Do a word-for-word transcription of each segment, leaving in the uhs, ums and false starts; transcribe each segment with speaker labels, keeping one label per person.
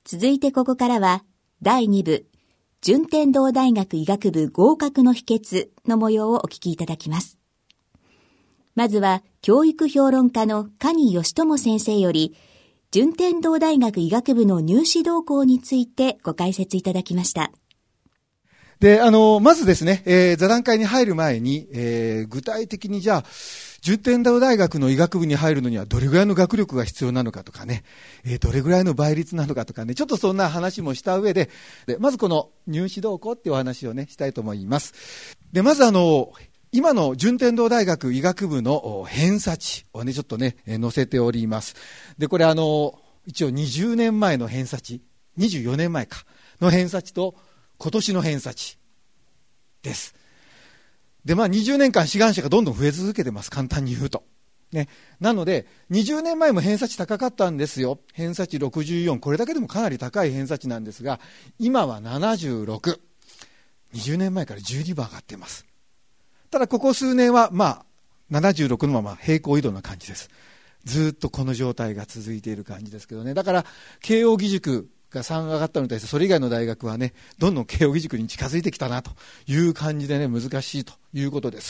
Speaker 1: 続いてここからはだいに部順天堂大学医学部合格の秘訣の模様をお聞きいただきます。まずは教育評論家の蟹義智先生より順天堂大学医学部の入試動向についてご解説いただきました。
Speaker 2: で、あの、まずですね、えー、座談会に入る前に、えー、具体的にじゃあ、順天堂大学の医学部に入るのにはどれぐらいの学力が必要なのかとかね、えー、どれぐらいの倍率なのかとかね、ちょっとそんな話もした上で、でまずこの入試動向っていうお話をね、したいと思います。で、まずあの、今の順天堂大学医学部の偏差値をね、ちょっとね、載せております。で、これあの、一応にじゅうねんまえの偏差値、にじゅうよねんまえか、の偏差値と今年の偏差値です。で、まあにじゅうねんかん志願者がどんどん増え続けてます。簡単に言うと。ね。なので、にじゅうねんまえも偏差値高かったんですよ。偏差値ろくじゅうよん。これだけでもかなり高い偏差値なんですが、今はななじゅうろく。にじゅうねんまえからじゅうにば上がっています。ただここ数年は、まあ、ななじゅうろくのまま平行移動な感じです。ずっとこの状態が続いている感じですけどね。だから、慶応義塾がさん上がったのに対して、それ以外の大学はね、どんどん慶応義塾に近づいてきたなという感じでね、難しいということです。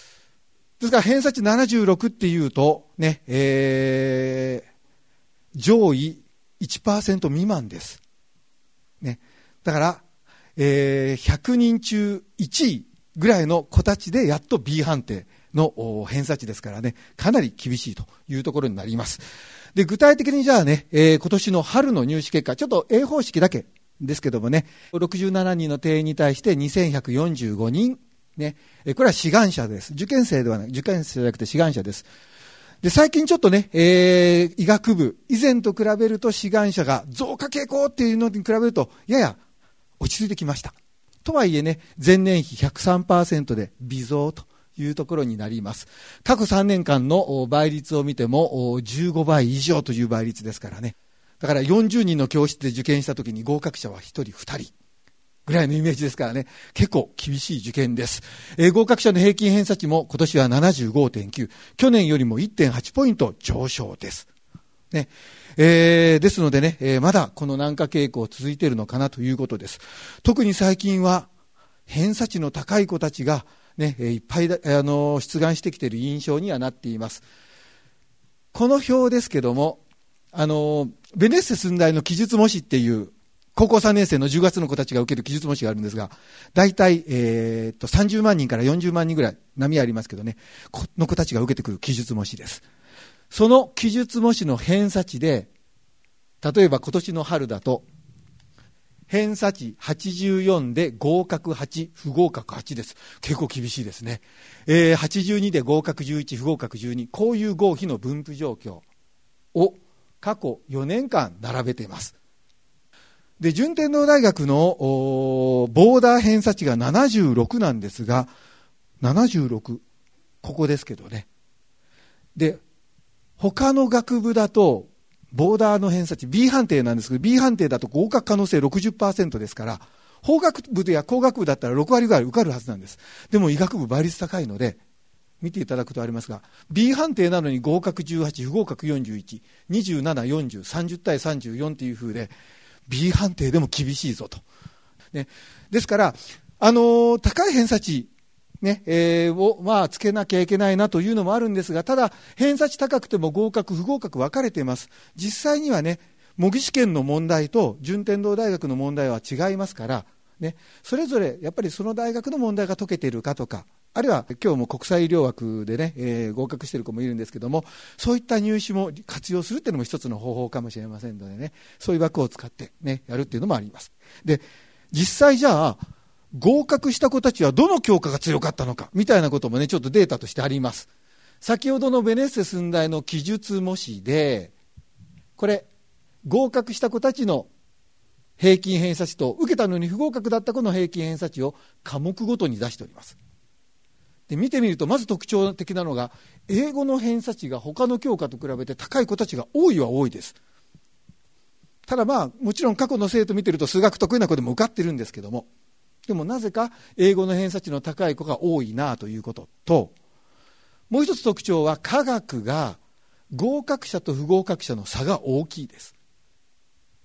Speaker 2: ですから偏差値ななじゅうろくっていうとね、えー、上位 いちパーセント 未満です。ね。だから、えー、ひゃくにん中いちいぐらいの子たちでやっと B 判定の偏差値ですからね、かなり厳しいというところになります。で、具体的にじゃあね、えー、今年の春の入試結果、ちょっと A 方式だけですけどもね、ろくじゅうななにんの定員に対してにせんひゃくよんじゅうごにん、ね、えー、これは志願者です。受験生ではない、受験生じゃなくて志願者です。で、最近ちょっとね、えー、医学部、以前と比べると志願者が増加傾向っていうのに比べると、やや落ち着いてきました。とはいえね、前年比 ひゃくさんパーセント で微増というところになります。過去さんねんかんの倍率を見てもじゅうごばい以上という倍率ですからね。だからよんじゅうにんの教室で受験したときに合格者はひとりふたりぐらいのイメージですからね、結構厳しい受験です。えー、合格者の平均偏差値も今年は ななじゅうごてんきゅう、去年よりも いってんはち ポイント上昇です。ね。えー、ですのでね、えー、まだこの軟化傾向続いているのかなということです。特に最近は偏差値の高い子たちがね、いっぱい、あの、出願してきている印象にはなっています。この表ですけども、あの、ベネッセ寸大の記述模試っていう、高校さんねん生のじゅうがつの子たちが受ける記述模試があるんですが、だいたい、えー、っと、さんじゅうまんにんからよんじゅうまんにんぐらい、波ありますけどね、この子たちが受けてくる記述模試です。その記述模試の偏差値で、例えば今年の春だと、偏差値はちじゅうよんで合格はち、不合格はちです。結構厳しいですね。えー、はちじゅうにで合格じゅういち、不合格じゅうに。こういう合否の分布状況を過去よねんかん並べています。で、順天堂大学のボーダー偏差値がななじゅうろくなんですが、ななじゅうろく、ここですけどね。で、他の学部だと、ボーダーの偏差値 B 判定なんですけど、 B 判定だと合格可能性 ろくじゅっパーセント ですから、法学部や工学部だったらろくわりぐらい受かるはずなんです。でも医学部倍率高いので、見ていただくとありますが、 B 判定なのに合格じゅうはち、不合格よんじゅういち、にじゅうなな、よんじゅう、さんじゅう対さんじゅうよんという風で B 判定でも厳しいぞと、ね、ですからあのー、高い偏差値ね、えー、を、まあ、つけなきゃいけないなというのもあるんですが、ただ、偏差値高くても合格、不合格分かれています。実際にはね、模擬試験の問題と順天堂大学の問題は違いますから、ね、それぞれやっぱりその大学の問題が解けているかとか、あるいは今日も国際医療枠でね、えー、合格している子もいるんですけども、そういった入試も活用するっていうのも一つの方法かもしれませんのでね、そういう枠を使ってね、やるっていうのもあります。で、実際じゃあ、合格した子たちはどの教科が強かったのかみたいなこともね、ちょっとデータとしてあります。先ほどのベネッセ寸大の記述模試で、これ合格した子たちの平均偏差値と受けたのに不合格だった子の平均偏差値を科目ごとに出しております。で、見てみるとまず特徴的なのが、英語の偏差値が他の教科と比べて高い子たちが多いは多いです。ただまあもちろん過去の生徒見てると数学得意な子でも受かってるんですけども、でもなぜか英語の偏差値の高い子が多いなということと、もう一つ特徴は科学が合格者と不合格者の差が大きいです。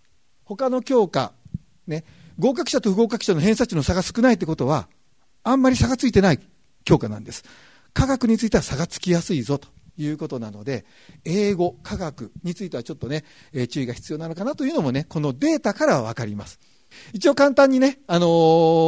Speaker 2: 他の教科、ね、合格者と不合格者の偏差値の差が少ないってことは、あんまり差がついてない教科なんです。科学については差がつきやすいぞということなので、英語、科学についてはちょっとね、えー、注意が必要なのかなというのもね、このデータからはわかります。一応簡単にね、あのー、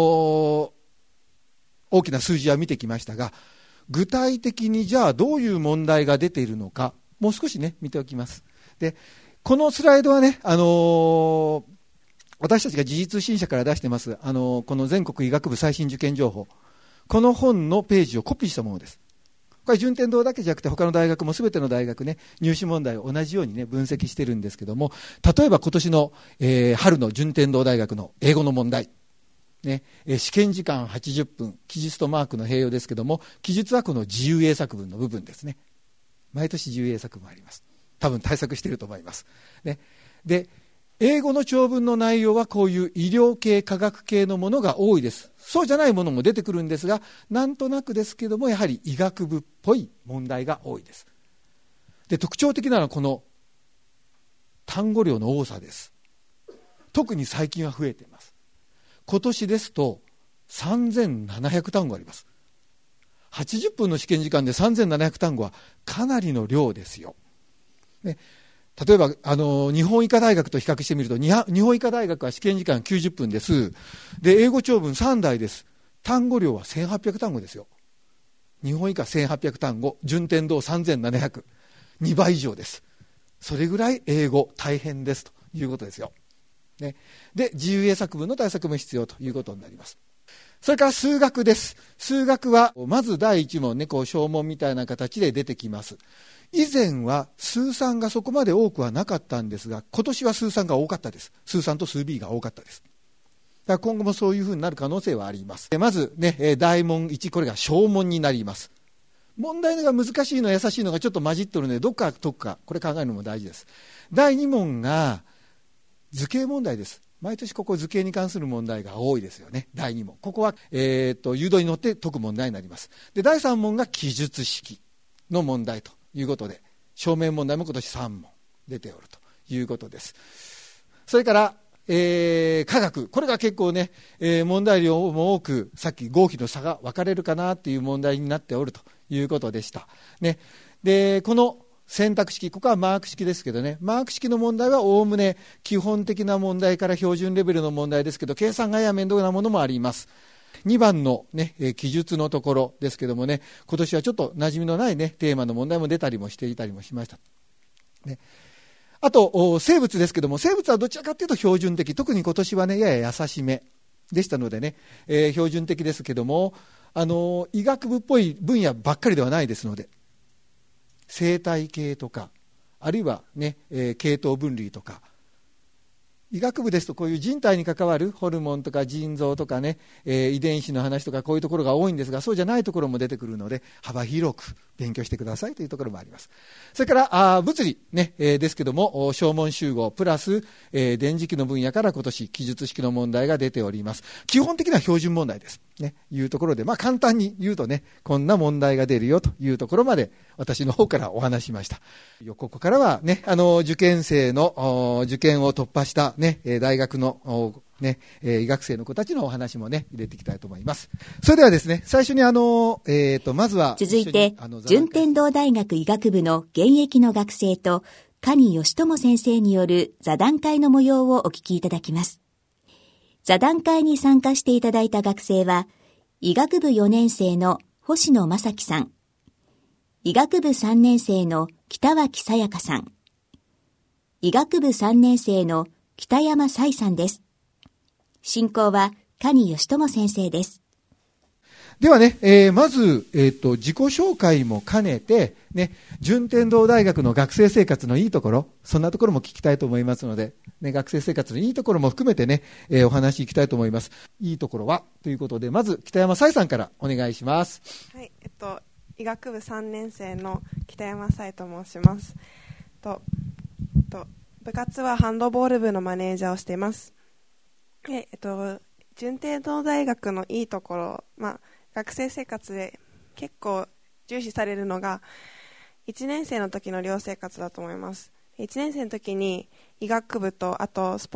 Speaker 2: 大きな数字は見てきましたが、具体的にじゃあどういう問題が出ているのか、もう少しね、見ておきます。で、このスライドはね、あのー、私たちが時事通信社から出してます、あのー、この全国医学部最新受験情報、この本のページをコピーしたものです。これ順天堂だけじゃなくて他の大学も全ての大学ね、入試問題を同じようにね、分析してるんですけども、例えば今年の、えー、春の順天堂大学の英語の問題、ね、えー、試験時間はちじゅっぷん、記述とマークの併用ですけども、記述はこの自由英作文の部分ですね。毎年自由英作文あります。多分対策していると思います。ね、で、英語の長文の内容はこういう医療系、科学系のものが多いです。そうじゃないものも出てくるんですが、なんとなくですけども、やはり医学部っぽい問題が多いです。で、特徴的なのはこの単語量の多さです。特に最近は増えています。今年ですとさんぜんななひゃく単語あります。はちじゅっぷんの試験時間でさんぜんななひゃく単語はかなりの量ですよ。ね、例えばあの日本医科大学と比較してみると、日本医科大学は試験時間きゅうじゅっぷんです。で、英語長文さんだいです。単語量はせんはっぴゃく単語ですよ。日本医科せんはっぴゃく単語、順天堂さんぜんななひゃく、にばい以上です。それぐらい英語大変ですということですよ。ね、で、自由英作文の対策も必要ということになります。それから数学です。数学はまずだいいち問ね、こう小問みたいな形で出てきます。以前は数さんがそこまで多くはなかったんですが、今年は数さんが多かったです。数さんと数 ビー が多かったです。だから今後もそういうふうになる可能性はあります。まずね、大問いち、これが小問になります。問題が難しいの優しいのがちょっと混じってるので、どっから解くか、これ考えるのも大事です。だいに問が図形問題です。毎年ここ図形に関する問題が多いですよね。だいに問。ここは、えー、と誘導に乗って解く問題になります。で、だいさん問が記述式の問題ということで、正面問題も今年さん問出ておるということです。それから、えー、科学。これが結構ね、えー、問題量も多く、さっき合否の差が分かれるかなという問題になっておるということでした。ね。で、この選択式、ここはマーク式ですけどね、マーク式の問題はおおむね基本的な問題から標準レベルの問題ですけど、計算がや面倒なものもあります。にばんの、ね、記述のところですけどもね、今年はちょっと馴染みのない、ね、テーマの問題も出たりもしていたりもしました。ね、あと生物ですけども、生物はどちらかというと標準的、特に今年はね、やや優しめでしたのでね、えー、標準的ですけども、あのー、医学部っぽい分野ばっかりではないですので、生態系とか、あるいは、ねえー、系統分類とか、医学部ですとこういう人体に関わるホルモンとか腎臓とかね、えー、遺伝子の話とかこういうところが多いんですが、そうじゃないところも出てくるので幅広く勉強してくださいというところもあります。それからあ物理、ねえー、ですけども小問集合プラス、えー、電磁気の分野から今年記述式の問題が出ております。基本的な標準問題です、ね、いうところで、まあ、簡単に言うとね、こんな問題が出るよというところまで私の方からお話しました。ここからはね、あの受験生の受験を突破したね、大学の、ね、医学生の子たちのお話もね、入れていきたいと思います。それではですね、最初にあの、えーと、まずは。
Speaker 1: 続いて、順天堂大学医学部の現役の学生と、蟹義智先生による座談会の模様をお聞きいただきます。座談会に参加していただいた学生は、医学部よねん生の星野正樹さん、医学部さんねん生の北脇さやかさん、医学部さんねん生の北山彩さんです。進行は蟹義智先生です。
Speaker 2: ではね、えー、まず、えーと、自己紹介も兼ねて、ね、順天堂大学の学生生活のいいところ、そんなところも聞きたいと思いますので、ね、学生生活のいいところも含めてね、えー、お話しいきたいと思います。いいところはということで、まず北山彩さんからお願いします。
Speaker 3: はい、えっと、医学部さんねん生の北山彩と申します。とと部活はハンドボール部のマネージャーをしています。で、えっと、順天堂大学のいいところ、まあ、学生生活で結構重視されるのがいちねん生の時の寮生活だと思います。いちねん生の時に医学部とあとスポー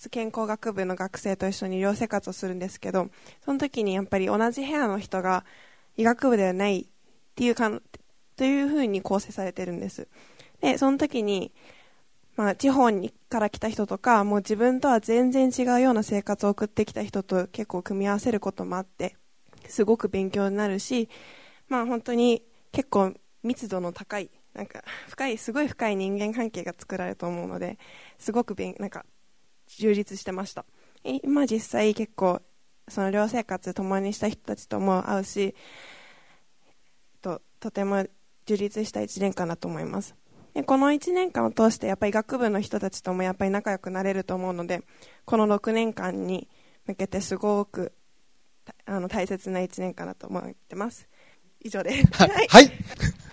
Speaker 3: ツ健康学部の学生と一緒に寮生活をするんですけど、その時にやっぱり同じ部屋の人が医学部ではないっていうかというふうに構成されてるんです。で、その時に、まあ、地方にから来た人とか、もう自分とは全然違うような生活を送ってきた人と結構組み合わせることもあって、すごく勉強になるし、まあ本当に結構密度の高い、なんか深い、すごい深い人間関係が作られると思うので、すごく勉なんか充実してました。今実際結構その寮生活共にした人たちとも会うし、ととても充実したいちねんかんだと思います。でこのいちねんかんを通してやっぱり学部の人たちともやっぱり仲良くなれると思うので、このろくねんかんに向けてすごくあの大切ないちねんかんだと思ってます。以上です。
Speaker 2: はい、はい、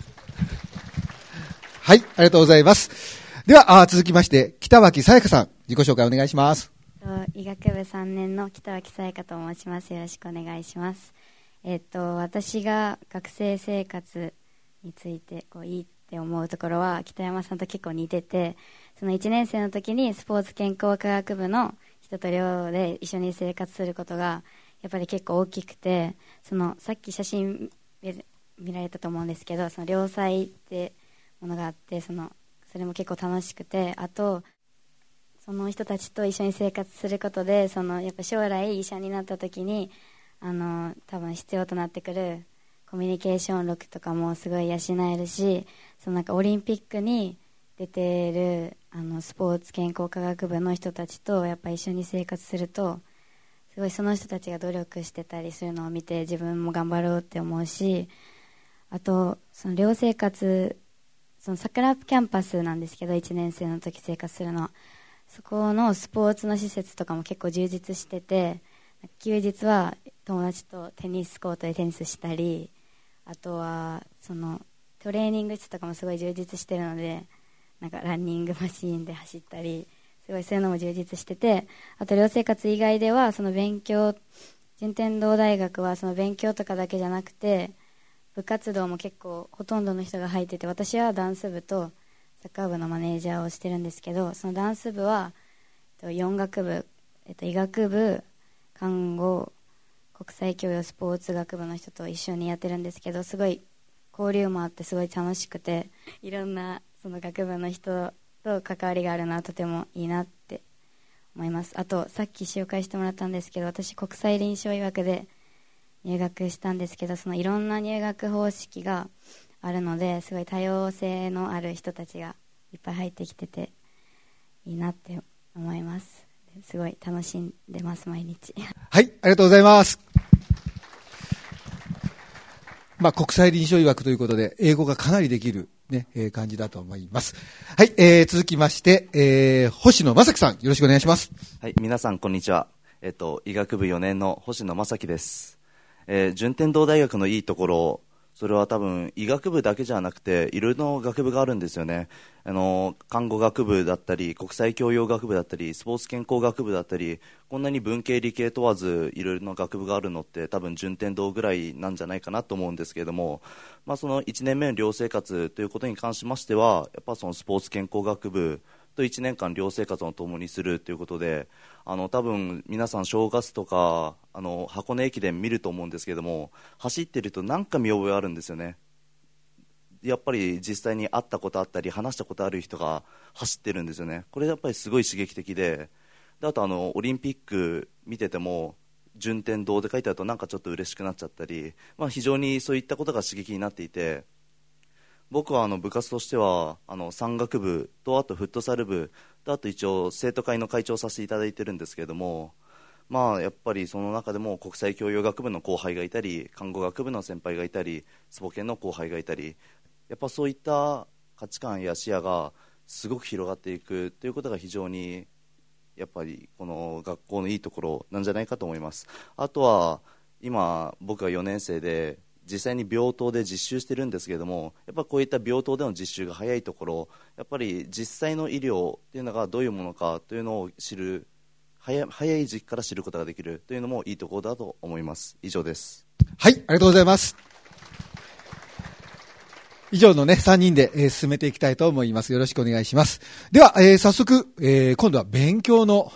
Speaker 2: はい、ありがとうございます。ではあ続きまして北脇さやかさん、自己紹介お願いします。
Speaker 4: 医学部さんねんの北脇さやかと申します。よろしくお願いします。えっと私が学生生活についてこういいって思うところは北山さんと結構似てて、そのいちねん生の時にスポーツ健康科学部の人と寮で一緒に生活することがやっぱり結構大きくて、そのさっき写真見られたと思うんですけど、その寮祭ってものがあって、そのそれも結構楽しくて、あとその人たちと一緒に生活することで、そのやっぱ将来医者になった時にあの多分必要となってくるコミュニケーション力とかもすごい養えるし、そのなんかオリンピックに出てるあのスポーツ健康科学部の人たちとやっぱ一緒に生活すると、すごいその人たちが努力してたりするのを見て自分も頑張ろうって思うし、あとその寮生活、その桜キャンパスなんですけど、いちねん生の時生活するのは、そこのスポーツの施設とかも結構充実してて、休日は友達とテニスコートでテニスしたり、あとはそのトレーニング室とかもすごい充実してるので、なんかランニングマシーンで走ったり、すごいそういうのも充実してて、あと寮生活以外ではその勉強、順天堂大学はその勉強とかだけじゃなくて部活動も結構ほとんどの人が入ってて、私はダンス部とサッカー部のマネージャーをしてるんですけど、そのダンス部はよん学部、えっと、医学部、看護、国際教養スポーツ学部の人と一緒にやってるんですけど、すごい交流もあってすごい楽しくて、いろんなその学部の人と関わりがあるのはとてもいいなって思います。あとさっき紹介してもらったんですけど、私国際臨床医学で入学したんですけど、そのいろんな入学方式があるので、すごい多様性のある人たちがいっぱい入ってきてていいなって思います。すごい楽しんでます毎日。
Speaker 2: はい、ありがとうございます。まあ、国際臨床医学ということで英語がかなりできる、ねえー、感じだと思います。はい、えー、続きまして、えー、星野正樹さん、よろしくお願いします。
Speaker 5: はい、皆さんこんにちは。えっと医学部よねんの星野正樹です。えー、順天堂大学のいいところ、それは多分医学部だけじゃなくていろいろな学部があるんですよね。あの看護学部だったり国際教養学部だったりスポーツ健康学部だったり、こんなに文系理系問わずいろいろな学部があるのって多分順天堂ぐらいなんじゃないかなと思うんですけれども、まあ、そのいちねんめの寮生活ということに関しましては、やっぱそのスポーツ健康学部といちねんかん寮生活を共にするということで、あの多分皆さん正月とかあの箱根駅伝見ると思うんですけども、走ってるとなんか見覚えあるんですよね。やっぱり実際に会ったことあったり話したことある人が走ってるんですよね。これやっぱりすごい刺激的で、であとあのオリンピック見てても順天堂で書いてあるとなんかちょっと嬉しくなっちゃったり、まあ、非常にそういったことが刺激になっていて、僕はあの部活としてはあの山岳部とあとフットサル部とあと一応生徒会の会長をさせていただいてるんですけれども、まあやっぱりその中でも国際教養学部の後輩がいたり看護学部の先輩がいたりスポケンの後輩がいたり、やっぱそういった価値観や視野がすごく広がっていくということが非常にやっぱりこの学校のいいところなんじゃないかと思います。あとは今僕がよねん生で実際に病棟で実習してるんですけれども、やっぱこういった病棟での実習が早いところ、やっぱり実際の医療というのがどういうものかというのを知る、早、早い時期から知ることができるというのもいいところだと思います。以上です。
Speaker 2: はい、ありがとうございます。以上のねさんにんで、えー、進めていきたいと思います。よろしくお願いします。では、えー、早速、えー、今度は勉強の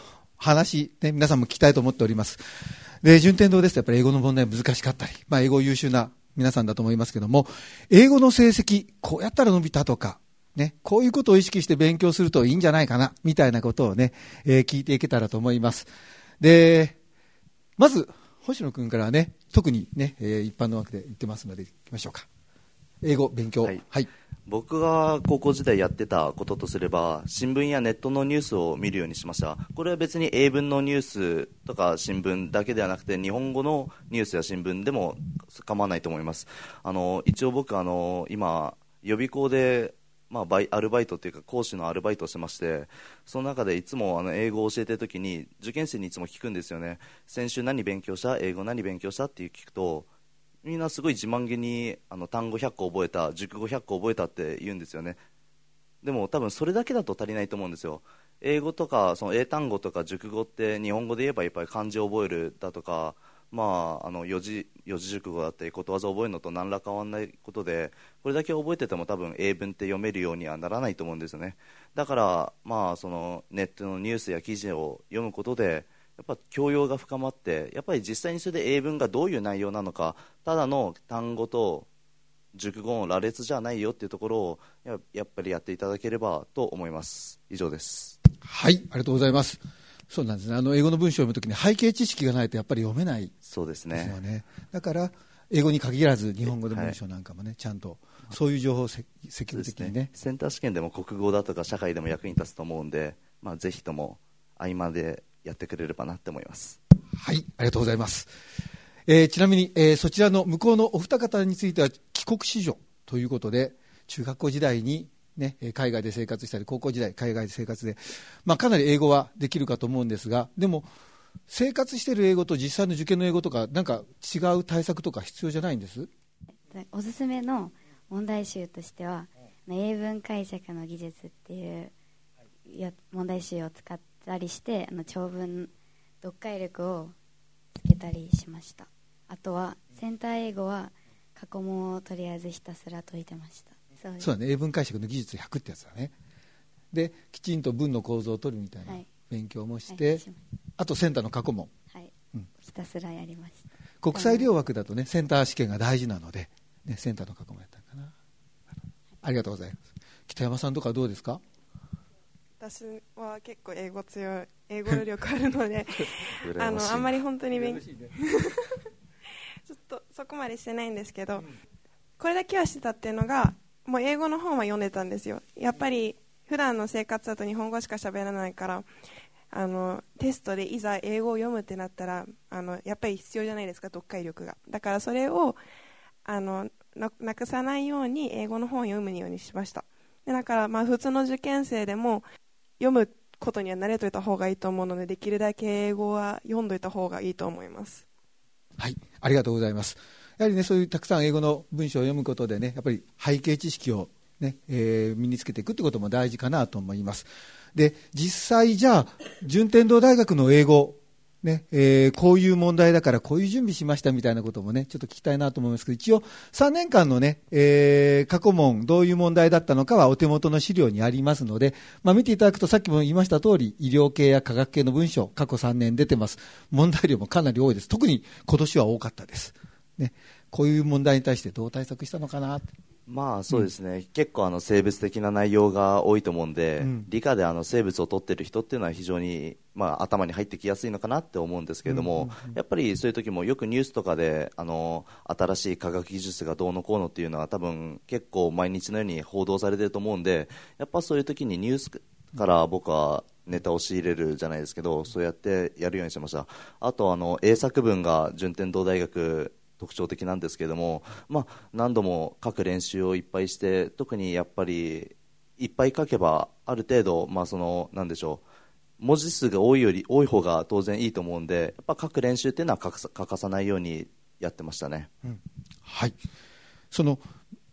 Speaker 2: 話、ね、皆さんも聞きたいと思っております。で、順天堂ですとやっぱり英語の問題難しかったり、まあ、英語優秀な皆さんだと思いますけども、英語の成績こうやったら伸びたとか、ね、こういうことを意識して勉強するといいんじゃないかなみたいなことをね、えー、聞いていけたらと思います。で、まず星野君からはね、特にね、えー、一般の枠で言ってますのでいきましょうか。英語勉強、はい、はい、
Speaker 5: 僕が高校時代やってたこととすれば、新聞やネットのニュースを見るようにしました。これは別に英文のニュースとか新聞だけではなくて、日本語のニュースや新聞でも構わないと思います。あの一応僕あの今予備校で、まあ、バイアルバイトというか講師のアルバイトをしてまして、その中でいつもあの英語を教えているときに受験生にいつも聞くんですよね。先週何勉強した、英語何勉強したって聞くと、みんなすごい自慢げにあの単語ひゃっこ覚えた、熟語ひゃっこ覚えたって言うんですよね。でも多分それだけだと足りないと思うんですよ。英語とかその英単語とか熟語って日本語で言えばやっぱり漢字を覚えるだとか、まあ、あの四字、四字熟語だったりことわざを覚えるのと何ら変わらないことで、これだけ覚えてても多分英文って読めるようにはならないと思うんですよね。だから、まあ、そのネットのニュースや記事を読むことでやっぱ教養が深まって、やっぱり実際にそれで英文がどういう内容なのか、ただの単語と熟語の羅列じゃないよっていうところを や, やっぱりやっていただければと思います。以上です。
Speaker 2: はい、ありがとうございます。そうなんですね。あの英語の文章を読むときに背景知識がないとやっぱり読めないですよね。
Speaker 5: そうですね。
Speaker 2: だから英語に限らず日本語の文章なんかもね、はい、ちゃんとそういう情報を積極的に ね, ね
Speaker 5: センター試験でも国語だとか社会でも役に立つと思うんで、まあ、ぜひとも合間でやってくれればなって思います。
Speaker 2: はい、ありがとうございます。えー、ちなみに、えー、そちらの向こうのお二方については帰国子女ということで、中学校時代に、ね、海外で生活したり高校時代海外で生活で、まあ、かなり英語はできるかと思うんですが、でも生活している英語と実際の受験の英語とかなんか違う対策とか必要じゃないんです？
Speaker 4: おすすめの問題集としては、英文解釈の技術っていうや問題集を使ったりして、あの長文読解力をつけたりしました。あとはセンター英語は過去問をとりあえずひたすら解いてました。
Speaker 2: そうそうだね、英文解釈の技術ひゃくってやつだね。できちんと文の構造を取るみたいな勉強もして、はいはい、しあとセンターの過去問、はい、うん、
Speaker 4: ひたすらやりました。
Speaker 2: 国際両枠だとねセンター試験が大事なので、ね、センターの過去問やったのかな。ありがとうございます。北山さんとかどうですか？
Speaker 3: 私は結構英語強い、英語力あるのであのあんまり本当に勉強、ね、ちょっとそこまでしてないんですけど、うん、これだけはしてたっていうのが、もう英語の本は読んでたんですよ。やっぱり普段の生活だと日本語しか喋らないから、あのテストでいざ英語を読むってなったら、あのやっぱり必要じゃないですか、読解力が。だからそれをあの な, なくさないように英語の本を読むようにしました。でだからまあ普通の受験生でも読むことには慣れといた方がいいと思うので、できるだけ英語は読んどいた方がいいと思います。
Speaker 2: はい、ありがとうございます。やはりね、そういうたくさん英語の文章を読むことでね、やっぱり背景知識を、ねえー、身につけていくってことも大事かなと思います。で実際じゃあ順天堂大学の英語ねえー、こういう問題だからこういう準備しましたみたいなこともねちょっと聞きたいなと思いますけど、一応さんねんかんのね、えー、過去問どういう問題だったのかはお手元の資料にありますので、まあ、見ていただくとさっきも言いました通り医療系や科学系の文章過去さんねん出てます。問題量もかなり多いです。特に今年は多かったです、ね、こういう問題に対してどう対策したのかな。
Speaker 5: まあそうですね、うん、結構あの生物的な内容が多いと思うんで、うん、理科であの生物を取っている人っていうのは非常に、まあ、頭に入ってきやすいのかなって思うんですけれども、うんうんうん、やっぱりそういう時もよくニュースとかであの新しい科学技術がどうのこうのっていうのは多分結構毎日のように報道されていると思うんで、やっぱそういう時にニュースから僕はネタを仕入れるじゃないですけど、そうやってやるようにしました。あとあの英作文が順天堂大学特徴的なんですけれども、まあ、何度も書く練習をいっぱいして、特にやっぱりいっぱい書けばある程度、まあ、そのなんでしょう、文字数が多いより多い方が当然いいと思うんで、やっぱ書く練習っていうのは欠かさないようにやってましたね、
Speaker 2: うん、はい。その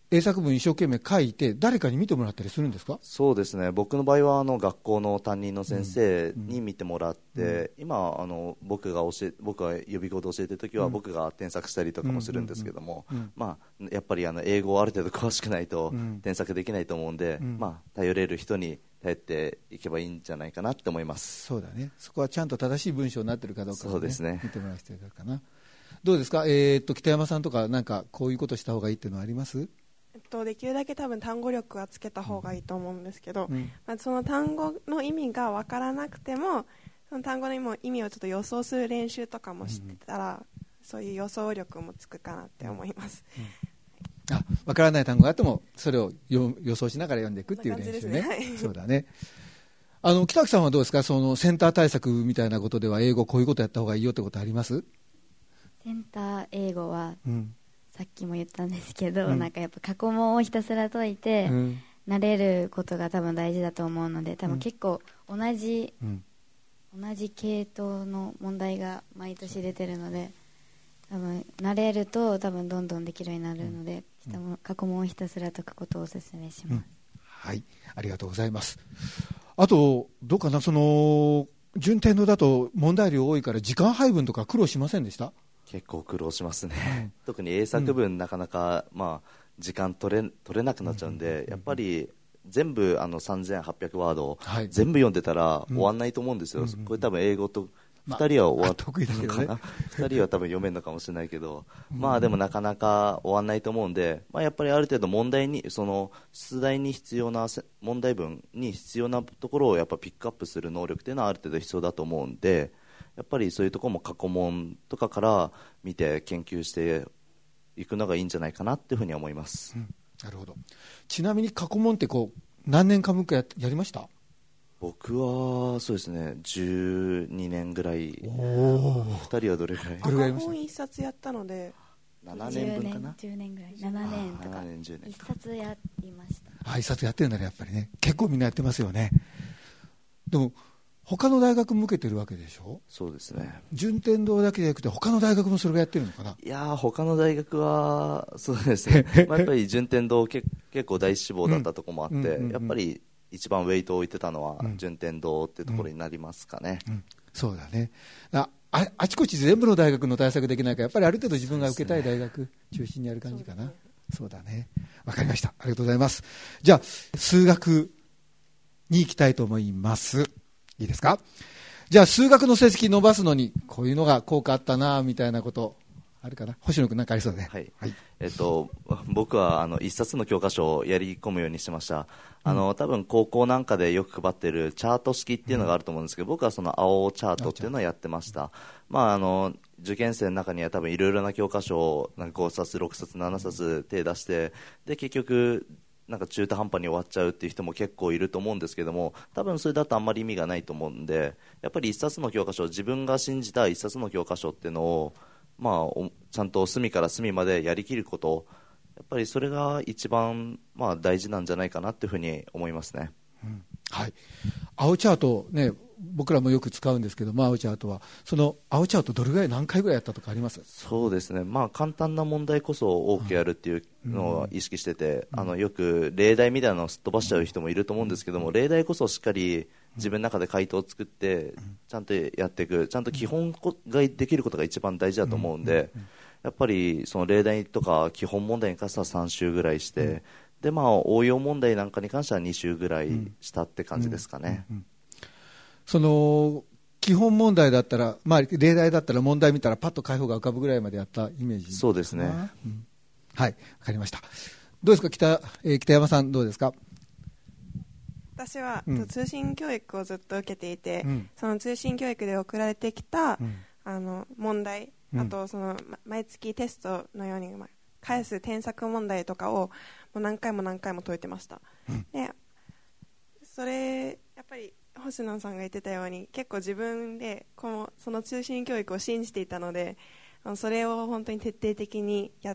Speaker 2: 英作文一生懸命書いて誰かに見てもらったりするんですか？
Speaker 5: そうですね、僕の場合はあの学校の担任の先生に見てもらって、うんうん、今あの僕が教え僕が予備校で教えてるときは僕が添削したりとかもするんですけども、まあ、やっぱりあの英語をある程度詳しくないと添削できないと思うんで、うん、まあ、頼れる人に頼っていけばいいんじゃないかなって思います。
Speaker 2: そうだね、そこはちゃんと正しい文章になってるかどうか、ね、
Speaker 5: そうですね、
Speaker 2: 見てもらう必要があるかな。どうですか、えー、っと北山さんとかなんかこういうことした方がいいっていうのはあります？
Speaker 3: えっと、できるだけ多分単語力はつけた方がいいと思うんですけど、
Speaker 2: うん
Speaker 3: まあ、その単語の意味が分からなくてもその単語の意味をちょっと予想する練習とかもしてたら、うん、そういう予想力もつくかなって思います、
Speaker 2: うん、あ、分からない単語があってもそれを予想しながら読んでいくっていう練習ね、はい、そうだね。あの北脇さんはどうですか、そのセンター対策みたいなことでは英語こういうことやった方がいいよってことあります？
Speaker 4: センター英語は、うん、さっきも言ったんですけど、
Speaker 2: うん、
Speaker 4: なんかやっぱ過去問をひたすら解いて、うん、慣れることが多分大事だと思うので、多分結構同じ、うん、同じ系統の問題が毎年出てるので、多分慣れると多分どんどんできるようになるので、うん、過去問をひたすら解くことをお勧めします、うん、
Speaker 2: はい、ありがとうございます。あとどうかな、その順天堂だと問題量多いから時間配分とか苦労しませんでした？
Speaker 5: 結構苦労しますね、うん、特に英作文、うん、なかなか、まあ、時間取れ、取れなくなっちゃうんで、うん、やっぱり全部あのさんぜんはっぴゃくワード、はい、全部読んでたら終わんないと思うんですよ、うん、これ多分英語とふたりは終わったのかな、まあね、ふたりは多分読めるのかもしれないけど、まあでもなかなか終わんないと思うんで、まあ、やっぱりある程度問題にその出題に必要な問題文に必要なところをやっぱピックアップする能力というのはある程度必要だと思うんで、やっぱりそういうところも過去問とかから見て研究していくのがいいんじゃないかなっていうふうに思います、うん、
Speaker 2: なるほど。ちなみに過去問ってこう何年科目 や, やりました？
Speaker 5: 僕はそうですね、じゅうにねんぐらい。おふたりはどれぐらい？
Speaker 3: 過去本一冊やったので
Speaker 5: ななねんぶんかな。
Speaker 4: じゅうねんぐらい、ななねんとか一冊やりました。
Speaker 2: あ、一冊やってるんだね、やっぱりね。結構みんなやってますよね。でも他の大学も受けてるわけでしょ？
Speaker 5: そうですね。
Speaker 2: 順天堂だけじゃなくて他の大学もそれがやってるのかな？
Speaker 5: いやー、他の大学はそうですねまあやっぱり順天堂け結構大志望だったところもあって、うんうんうんうん、やっぱり一番ウェイトを置いてたのは順天堂っていうところになりますかね、うんうんうん、
Speaker 2: そうだね。 あ, あ, あちこち全部の大学の対策できないから、やっぱりある程度自分が受けたい大学中心にやる感じかな。 そうですね。そうだね、わかりました、ありがとうございます。じゃあ数学に行きたいと思います。いいですか？じゃあ数学の成績伸ばすのにこういうのが効果あったなみたいなことあるかな。星野君なんかありそうね。
Speaker 5: はい、はい、えっと、僕はあの一冊の教科書をやり込むようにしてました。あの、うん、多分高校なんかでよく配ってるチャート式っていうのがあると思うんですけど、うん、僕はその青チャートっていうのをやってました。まあ、あの受験生の中には多分いろいろな教科書をなんかごさつろくさつななさつ手出して、で結局なんか中途半端に終わっちゃうっていう人も結構いると思うんですけども、多分それだとあんまり意味がないと思うんで、やっぱり一冊の教科書、自分が信じた一冊の教科書っていうのを、まあ、ちゃんと隅から隅までやりきること、やっぱりそれが一番、まあ、大事なんじゃないかなっていうふうに思いますね、
Speaker 2: うん、はい。青チャートね、僕らもよく使うんですけど、まあ、青チャートはその青チャートどれぐらい何回ぐらいやったとかあります？
Speaker 5: そうですね、まあ、簡単な問題こそ多くやるっていうのを意識してて、うん、あのよく例題みたいなのをすっ飛ばしちゃう人もいると思うんですけども、例題こそしっかり自分の中で回答を作ってちゃんとやっていく、ちゃんと基本ができることが一番大事だと思うんで、やっぱりその例題とか基本問題に関してはさん週ぐらいして、でまあ応用問題なんかに関してはに週ぐらいしたって感じですかね、うんうんうん、
Speaker 2: その基本問題だったら、まあ、例題だったら問題見たらパッと解放が浮かぶぐらいまでやったイメージ。
Speaker 5: そうですね、
Speaker 2: うん、はい、わかりました。どうですか 北,、えー、北山さん、どうですか？
Speaker 3: 私は、うん、通信教育をずっと受けていて、うん、その通信教育で送られてきた、うん、あの問題、あとその毎月テストのように返す添削問題とかをもう何回も何回も解いてました、うん、でそれやっぱり星野さんが言ってたように結構自分でこのその通信教育を信じていたので、それを本当に徹底的にやって、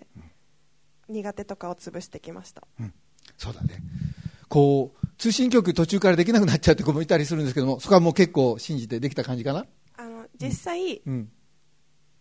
Speaker 3: うん、苦手とかを潰してきました、
Speaker 2: うん、そうだね。こう通信教育途中からできなくなっちゃうって子もいたりするんですけども、そこはもう結構信じてできた感じかな。
Speaker 3: あの実際、うんうん、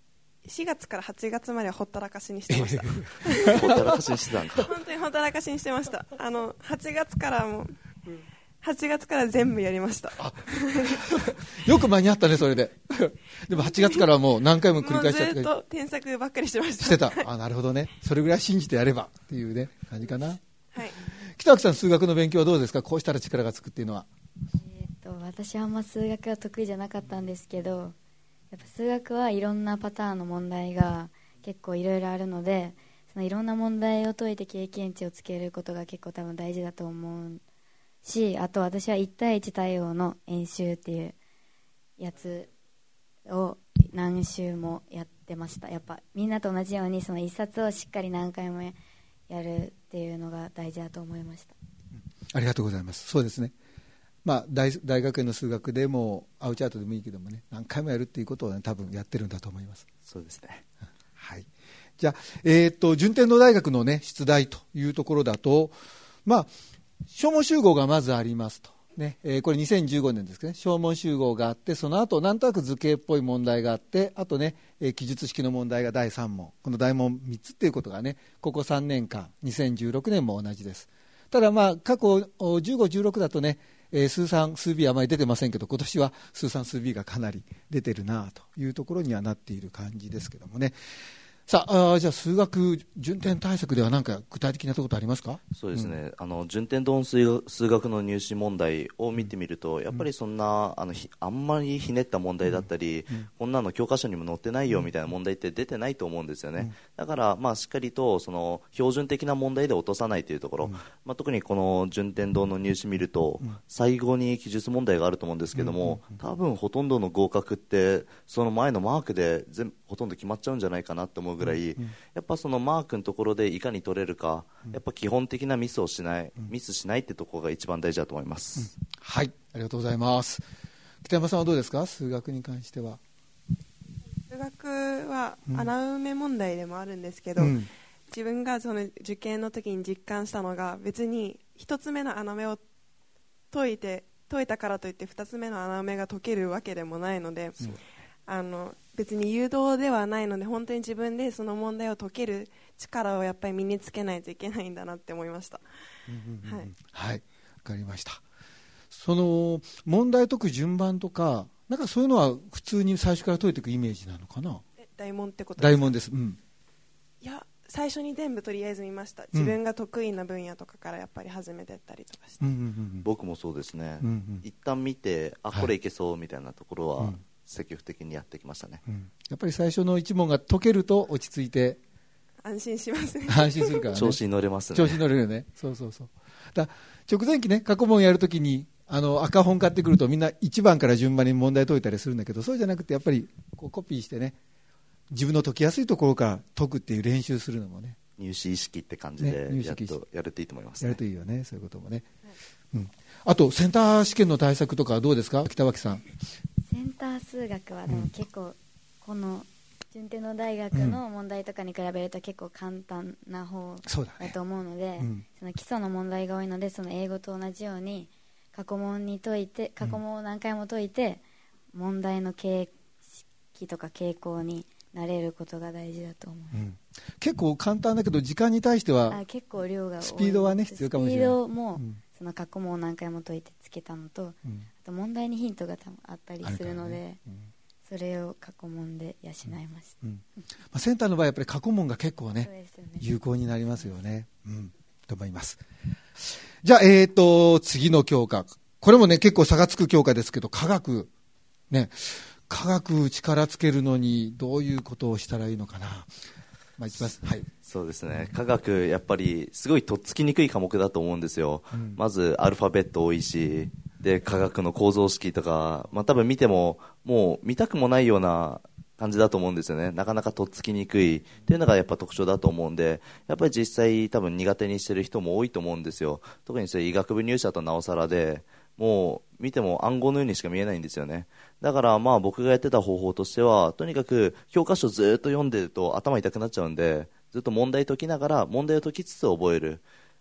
Speaker 3: しがつからはちがつまではほったらかしにしてました
Speaker 5: ほったらかしにしてたんだ。
Speaker 3: 本当にほったらかしにしてました。あのはちがつからもはちがつから全部やりました。
Speaker 2: よく間に合ったね、それで。でもはちがつからはもう何回も繰り返しちゃって。
Speaker 3: もうずっと添削ばっかりしてました。
Speaker 2: してた。あ、なるほどね。それぐらい信じてやればっていうね、感じかな。
Speaker 3: はい。
Speaker 2: 北脇さん、数学の勉強はどうですか？こうしたら力がつくっていうのは。
Speaker 4: えー、と私はあんま数学が得意じゃなかったんですけど、やっぱ数学はいろんなパターンの問題が結構いろいろあるので、そのいろんな問題を解いて経験値をつけることが結構多分大事だと思うし、あと私はいち対いち対応の演習っていうやつを何週もやってました。やっぱみんなと同じようにその一冊をしっかり何回もやるっていうのが大事だと思いました。
Speaker 2: ありがとうございます。そうですね。まあ、大, 大学園の数学でもアウチャートでもいいけどもね、何回もやるっていうことを、ね、多分やってるんだと思います。
Speaker 5: そうですね。
Speaker 2: はい。じゃあ、えー、っと順天堂大学のね出題というところだと、まあ小問集合がまずありますと、ねえー、これにせんじゅうごねんですけどね、小問集合があって、その後なんとなく図形っぽい問題があって、あとね、えー、記述式の問題がだいさん問、この大問みっつっていうことがね、ここさんねんかん、にせんじゅうろくねんも同じです。ただまあ過去じゅうご、じゅうろくだとね、えー、数三数 B はあまり出てませんけど、今年は数三数 B がかなり出てるなというところにはなっている感じですけどもね。さあ、あじゃあ数学順天対策では何か具体的なところありますか？
Speaker 5: そうですね、うん、あの順天堂数学、数学の入試問題を見てみると、やっぱりそんなあのあんまりひねった問題だったり、うん、こんなの教科書にも載ってないよみたいな問題って出てないと思うんですよね、うん、だから、まあ、しっかりとその標準的な問題で落とさないというところ、うんまあ、特にこの順天堂の入試見ると、うん、最後に記述問題があると思うんですけども、うん、多分ほとんどの合格ってその前のマークで全ほとんど決まっちゃうんじゃないかなと思うぐらい、うんやっぱそのマークのところでいかに取れるか、やっぱ基本的なミスをしない、ミスしないってところが一番大事だと思います、
Speaker 2: うん、はい、ありがとうございます。北山さんはどうですか？数学に関しては。
Speaker 3: 数学は穴埋め問題でもあるんですけど、うん、自分がその受験の時に実感したのが、別に一つ目の穴埋めを解いて解いたからといって二つ目の穴埋めが解けるわけでもないので、うん、あの別に誘導ではないので、本当に自分でその問題を解ける力をやっぱり身につけないといけないんだなって思いました。はい、
Speaker 2: はい、わかりました。その問題解く順番とか、なんかそういうのは普通に最初から解いていくイメージなのかな？
Speaker 3: え大問ってことですか？
Speaker 2: 大問です、うん、
Speaker 3: いや最初に全部とりあえず見ました。自分が得意な分野とかからやっぱり始めていったりとかして、うんうんうん、
Speaker 5: 僕もそうですね、
Speaker 2: うんうん、
Speaker 5: 一旦見て、あ、これいけそうみたいなところは、はい、積極的にやってきましたね、
Speaker 2: うん、やっぱり最初の一問が解けると落ち着いて
Speaker 3: 安心しますね。
Speaker 2: 安心するからね。
Speaker 5: 調子に乗れますね。
Speaker 2: 調子に乗れるよね。そうそうそう。だ直前期ね、過去問やるときにあの赤本買ってくるとみんないちばんから順番に問題解いたりするんだけど、そうじゃなくてやっぱりこうコピーしてね、自分の解きやすいところから解くっていう練習するのもね、
Speaker 5: 入試意識って感じでやっとやるといいと思いますね。
Speaker 2: やるといいよね、そういうこともね、はいうん、あとセンター試験の対策とかはどうですか、北脇さん。
Speaker 4: センター数学はでも結構、うん、この順天堂大学の問題とかに比べると結構簡単な方だと思うので、うん、その基礎の問題が多いので、その英語と同じように過去問に解いて過去問を何回も解いて、うん、問題の形式とか傾向に慣れることが大事だと思う、うん、
Speaker 2: 結構簡単だけど時間に対しては
Speaker 4: あ結構量が多い。
Speaker 2: スピードはね必要かもしれない。
Speaker 4: スピードも、うん、その過去問を何回も解いてつけたのと、うん、あと問題にヒントが多分あったりするので、ねうん、それを過去問で養いました、うんうん
Speaker 2: まあ、センターの場合やっぱり過去問が結構 ね, ね有効になりますよね、うん、と思います。じゃあ、えー、と次の教科、これもね結構差がつく教科ですけど、科学ね、科学力つけるのにどういうことをしたらいいのかな。まあ、いきます、はい、
Speaker 5: そうですね、科学やっぱりすごいとっつきにくい科目だと思うんですよ、うん、まずアルファベット多いし、で科学の構造式とか、まあ、多分見てももう見たくもないような感じだと思うんですよね。なかなかとっつきにくいっていうのがやっぱ特徴だと思うんで、やっぱり実際多分苦手にしてる人も多いと思うんですよ。特にそれ医学部入社となおさらで、もう見ても暗号のようにしか見えないんですよね。だからまあ僕がやってた方法としては、とにかく教科書ずっと読んでると頭痛くなっちゃうんで、ずっと問題解きながら問題を解きつつ覚える。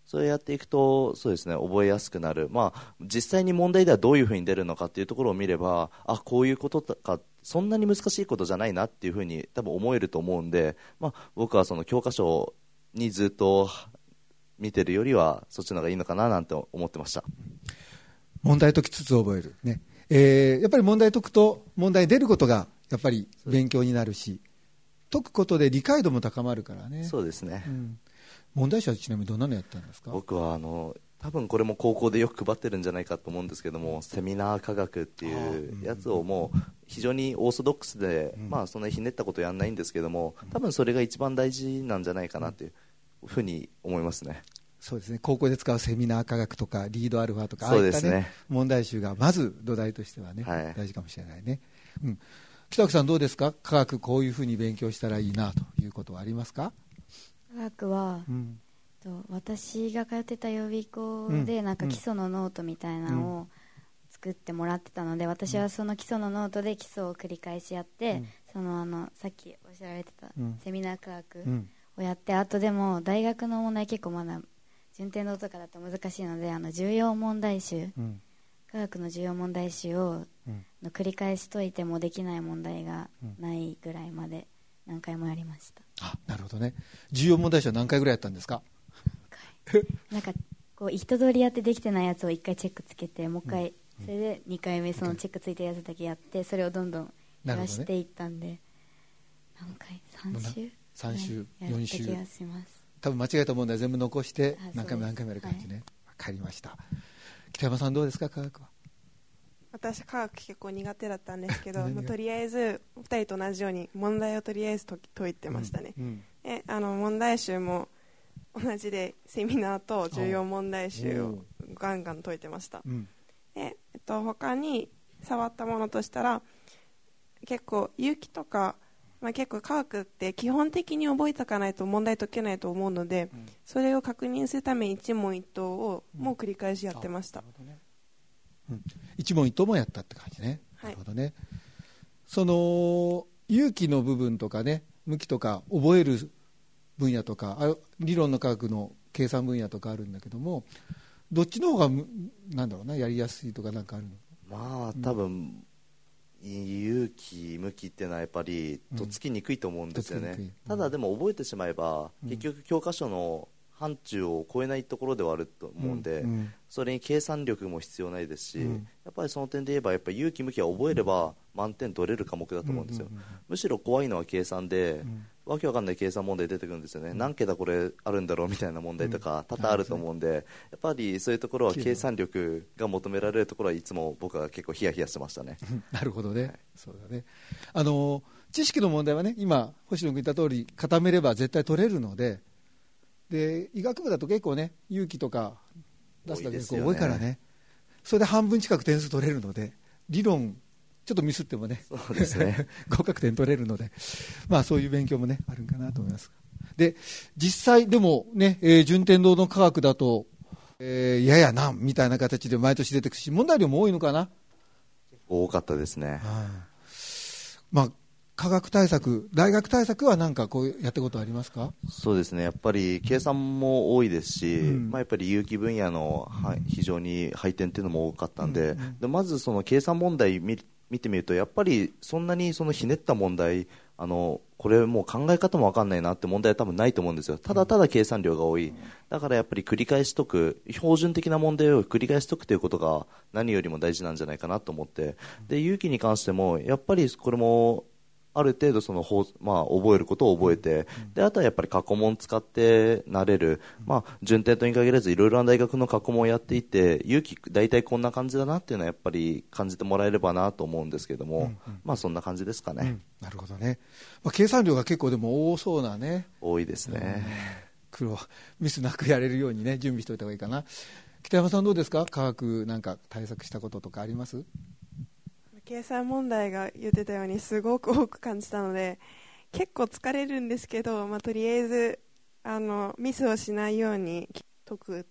Speaker 5: それやっていくとそうですね、覚えやすくなる、まあ、実際に問題ではどういうふうに出るのかっていうところを見れば、あ、こういうことか、そんなに難しいことじゃないなっていうふうに多分思えると思うんで、まあ、僕はその教科書にずっと見てるよりはそっちの方がいいのかななんて思ってました。
Speaker 2: 問題解きつつ覚える、ねえー、やっぱり問題解くと問題に出ることがやっぱり勉強になるし、解くことで理解度も高まるからね。
Speaker 5: そうですね、うん、
Speaker 2: 問題集はちなみにどんなのやったんですか？
Speaker 5: 僕はあの多分これも高校でよく配ってるんじゃないかと思うんですけども、セミナー科学っていうやつをもう非常にオーソドックスで、まあそんなにひねったことやんないんですけども、多分それが一番大事なんじゃないかなというふうに思いますね。
Speaker 2: そうですね、高校で使うセミナー科学とかリードアルファとか、ああいった、ねね、問題集がまず土台としては、ね、はい、大事かもしれないね、うん、北脇さんどうですか？科学こういうふうに勉強したらいいなということはありますか？
Speaker 4: 科学は、うん、と私が通ってた予備校でなんか基礎のノートみたいなのを作ってもらってたので、私はその基礎のノートで基礎を繰り返しやって、うん、そのあのさっきおっしゃられてたセミナー科学をやって、あとでも大学の問題結構まだ順天堂とかだと難しいので、あの重要問題集、うん、科学の重要問題集を、うん、の繰り返し解いてもできない問題がないぐらいまで何回もやりました。
Speaker 2: あ、なるほどね。重要問題集は何回ぐらいやったんですか？
Speaker 4: なんかこう一通りやってできてないやつをいっかいチェックつけて、もう一回、うん、それでにかいめそのチェックついたやつだけやって、それをどんどん減らしていったんで、ね、何回さん週
Speaker 2: さん週、
Speaker 4: はい、
Speaker 2: よん週
Speaker 4: やった気がします。
Speaker 2: 多分間違えた問題全部残して何回も何回もやる感じね。わかりました。北山さんどうですか？科学は。
Speaker 3: 私科学結構苦手だったんですけどとりあえずふたりと同じように問題をとりあえず解いてましたね、うんうん、えあの問題集も同じでセミナーと重要問題集をガンガン解いてました、うん、ええっと、他に触ったものとしたら結構有機とか、まあ、結構科学って基本的に覚えておかないと問題解けないと思うので、うん、それを確認するために一問一答をもう繰り返しやってました、うん
Speaker 2: うん、一問一答もやったって感じね、はい、なるほどね。その有機の部分とかね、無機とか覚える分野とか、あ理論の科学の計算分野とかあるんだけども、どっちの方がなんだろうな、やりやすいとかなんかあるの？
Speaker 5: まあ多分、うん、有機無機っていうのはやっぱりとっつきにくいと思うんですよね、うん、ただでも覚えてしまえば、うん、結局教科書の範疇を超えないところではあると思うんで、うんうん、それに計算力も必要ないですし、うん、やっぱりその点で言えばやっぱり有機無機は覚えれば満点取れる科目だと思うんですよ、うんうんうん、むしろ怖いのは計算で、うん、わけわかんない計算問題出てくるんですよね、うん、何桁これあるんだろうみたいな問題とか多々あると思うんで、うん、やっぱりそういうところは計算力が求められるところはいつも僕は結構ヒヤヒヤしてましたね
Speaker 2: なるほどね、はい、そうだね。あの知識の問題はね、今星野君言った通り固めれば絶対取れるので、で医学部だと結構ね有機とか出すだけ結構多いから ね, ねそれで半分近く点数取れるので、理論ちょっとミスってもね、
Speaker 5: そうですね
Speaker 2: 合格点取れるので、まあそういう勉強もねあるかなと思います。で実際でもね、えー、順天堂の科学だと、えー、やや難みたいな形で毎年出てくるし、問題量も多いのかな。
Speaker 5: 多かったですね、は
Speaker 2: あ、まあ科学対策、大学対策は何かこうやったことありますか？
Speaker 5: そうですね、やっぱり計算も多いですし、うん、まあ、やっぱり有機分野の、はい、非常に配点っていうのも多かったんで、うんうん、でまずその計算問題見、見てみるとやっぱりそんなにそのひねった問題、あのこれもう考え方も分かんないなって問題は多分ないと思うんですよ。ただただ計算量が多い、だからやっぱり繰り返し解く、標準的な問題を繰り返し解くということが何よりも大事なんじゃないかなと思って、で有機に関してもやっぱりこれもある程度その、まあ、覚えることを覚えて、であとはやっぱり過去問使ってなれる、まあ、順天堂に限らずいろいろな大学の過去問をやっていて、有機大体こんな感じだなっていうのはやっぱり感じてもらえればなと思うんですけども、うんうん、まあそんな感じですかね、うん、
Speaker 2: なるほどね、まあ、計算量が結構でも多そうなね。
Speaker 5: 多いですね、
Speaker 2: 苦労ミスなくやれるようにね準備しておいた方がいいかな。北山さんどうですか？科学なんか対策したこととかあります？
Speaker 3: 計算問題が言ってたようにすごく多く感じたので結構疲れるんですけど、まあ、とりあえずあのミスをしないように解く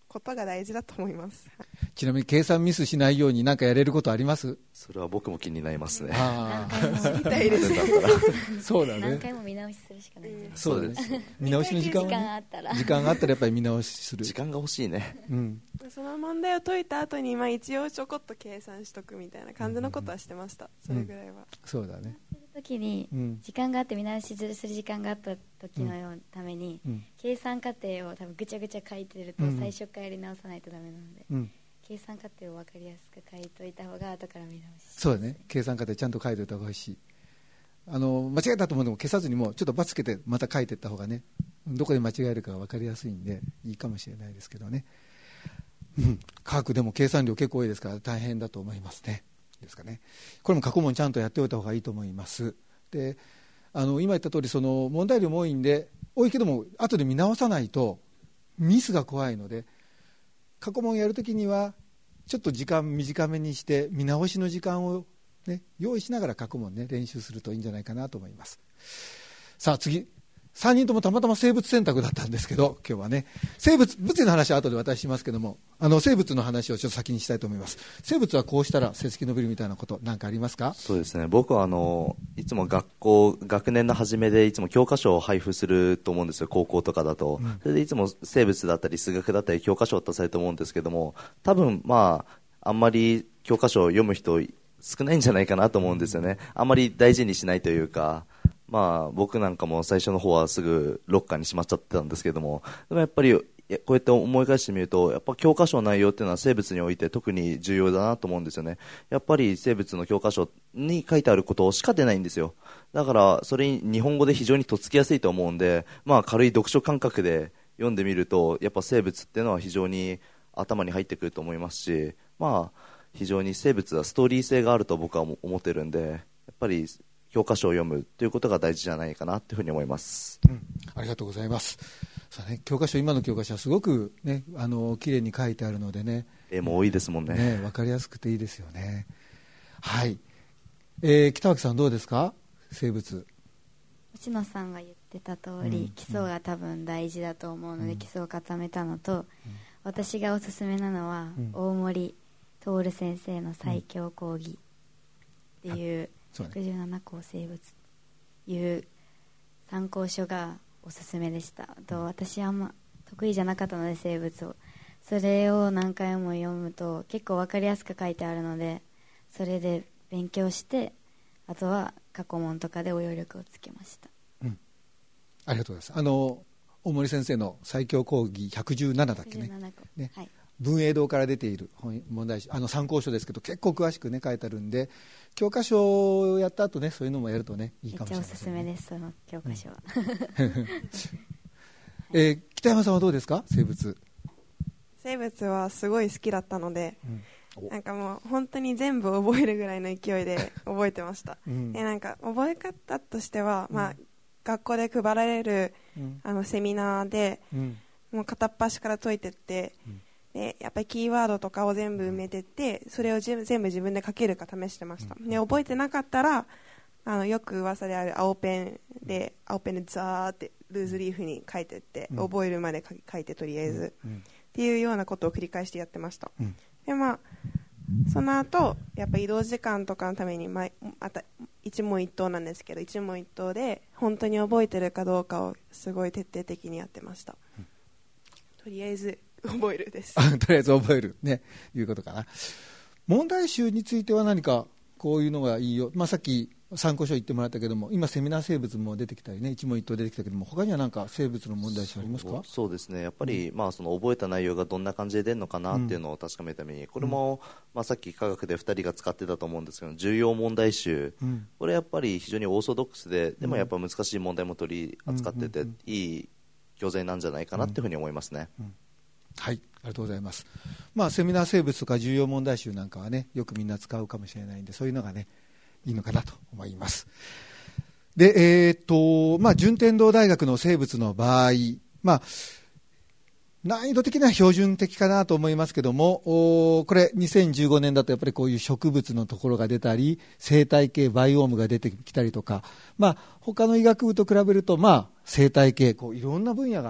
Speaker 3: ことが大事だと思います。
Speaker 2: ちなみに計算ミスしないように何かやれることあります？
Speaker 5: それは僕も気になりますね。
Speaker 2: あ
Speaker 3: 知りたいですね。
Speaker 2: そうだね。
Speaker 4: 何回も見直しするしかないんじゃないですか。
Speaker 2: そうだね。見直しの時間は、ね、
Speaker 4: 時間あったら
Speaker 2: 時間があったらやっぱり見直しする。
Speaker 5: 時間が欲しいね。
Speaker 2: うん。
Speaker 3: その問題を解いた後に、まあ、一応ちょこっと計算しとくみたいな感じのことはしてました。それぐらいは。
Speaker 2: うん、そうだね。
Speaker 4: する時に時間があって見直しする時間があった時のようために、うん、計算過程を多分ぐちゃぐちゃ書いてると最初からやり直さないとダメなので、うん、計算過程を分かりやすく書いといた方が後から見直し、ね、
Speaker 2: そうだね。計算過程ちゃんと書いておいた方がいいし、あの間違えたと思うのも消さずにもちょっとバツつけてまた書いていった方がね、どこで間違えるかが分かりやすいんでいいかもしれないですけどね、うん、科学でも計算量結構多いですから大変だと思いますね。ですかね。これも過去問ちゃんとやっておいた方がいいと思います。で、あの今言った通りその問題量も多いんで、多いけども後で見直さないとミスが怖いので、過去問やるときにはちょっと時間短めにして見直しの時間を、ね、用意しながら過去問ね練習するといいんじゃないかなと思います。さあ次、さんにんともたまたま生物選択だったんですけど、今日はね生物物理の話は後で私しますけども、あの生物の話をちょっと先にしたいと思います。生物はこうしたら成績伸びるみたいなこと何かありますか？
Speaker 5: そうですね、僕はあのいつも学校学年の初めでいつも教科書を配布すると思うんですよ、高校とかだと、うん、それでいつも生物だったり数学だったり教科書を出されると思うんですけども、多分まああんまり教科書を読む人少ないんじゃないかなと思うんですよね。あんまり大事にしないというか、まあ僕なんかも最初の方はすぐロッカーにしまっちゃってたんですけども、でもやっぱりこうやって思い返してみると、やっぱ教科書の内容っていうのは生物において特に重要だなと思うんですよね。やっぱり生物の教科書に書いてあることしか出ないんですよ。だからそれに日本語で非常にとっつきやすいと思うんで、まあ軽い読書感覚で読んでみると、やっぱ生物っていうのは非常に頭に入ってくると思いますし、まあ非常に生物はストーリー性があると僕は思ってるんで、やっぱり教科書を読むということが大事じゃないかなというふうに思います。
Speaker 2: うん、ありがとうございます。そうね、教科書、今の教科書はすごくね、あの綺麗に書いてあるのでね、
Speaker 5: 絵も多いですもんね。
Speaker 2: ね、分かりやすくていいですよね。はい、えー、北脇さんどうですか？生物。
Speaker 4: 星野さんが言ってた通り、うん、基礎が多分大事だと思うので、うん、基礎を固めたのと、うん、私がおすすめなのは、うん、大森徹先生の最強講義っていう、ひゃくじゅうななこう生物という参考書がおすすめでした。と私はあんま得意じゃなかったので生物を、それを何回も読むと結構分かりやすく書いてあるので、それで勉強して、あとは過去問とかで応用力をつけました。
Speaker 2: うん、ありがとうございます。あの大森先生の最強講義ひゃくじゅうななだっけね、ひゃくじゅうななこ、ね、はい、文英堂から出ている本問題集、あの参考書ですけど結構詳しくね書いてあるんで、教科書をやった後ね、そういうのもやるとねいいかもしれない、ね、めっちゃおすすめです、その教科書は、うんえー、北山さんはどうですか？生物
Speaker 3: 生物はすごい好きだったので、うん、なんかもう本当に全部覚えるぐらいの勢いで覚えてました、うん、でなんか覚え方としては、うん、まあ、学校で配られる、うん、あのセミナーで、うん、もう片っ端から解いてって、うんでやっぱりキーワードとかを全部埋めてって、それを全部自分で書けるか試してました、で覚えてなかったら、あのよく噂である青ペンで青ペンでザーってルーズリーフに書いてって、うん、覚えるまで書いてとりあえず、うんうん、っていうようなことを繰り返してやってました、うん、でまあその後やっぱ移動時間とかのために、まあ、た一問一答なんですけど、一問一答で本当に覚えてるかどうかをすごい徹底的にやってました、うん、とりあえず覚えるです
Speaker 2: とりあえず覚えるね、いうことかな。問題集については何かこういうのがいいよ、まあ、さっき参考書言ってもらったけども、今セミナー生物も出てきたりね、一問一答出てきたけども、他には何か生物の問題集ありますか？
Speaker 5: そう、そうですね、やっぱり、うん、まあ、その覚えた内容がどんな感じで出るのかなっていうのを確かめるために、うん、これも、まあ、さっき科学でふたりが使ってたと思うんですけど、重要問題集、うん、これやっぱり非常にオーソドックスで、でもやっぱ難しい問題も取り扱ってて、いい教材なんじゃないかなっていうふうに思いますね、うんうん、
Speaker 2: はい、ありがとうございます。まあ、セミナー生物とか重要問題集なんかはね、よくみんな使うかもしれないんで、そういうのがねいいのかなと思います。で、えーっとまあ、順天堂大学の生物の場合、まあ、難易度的には標準的かなと思いますけども、これにせんじゅうごねんだとやっぱりこういう植物のところが出たり、生態系バイオームが出てきたりとか、まあ、他の医学部と比べると、まあ、生態系こういろんな分野が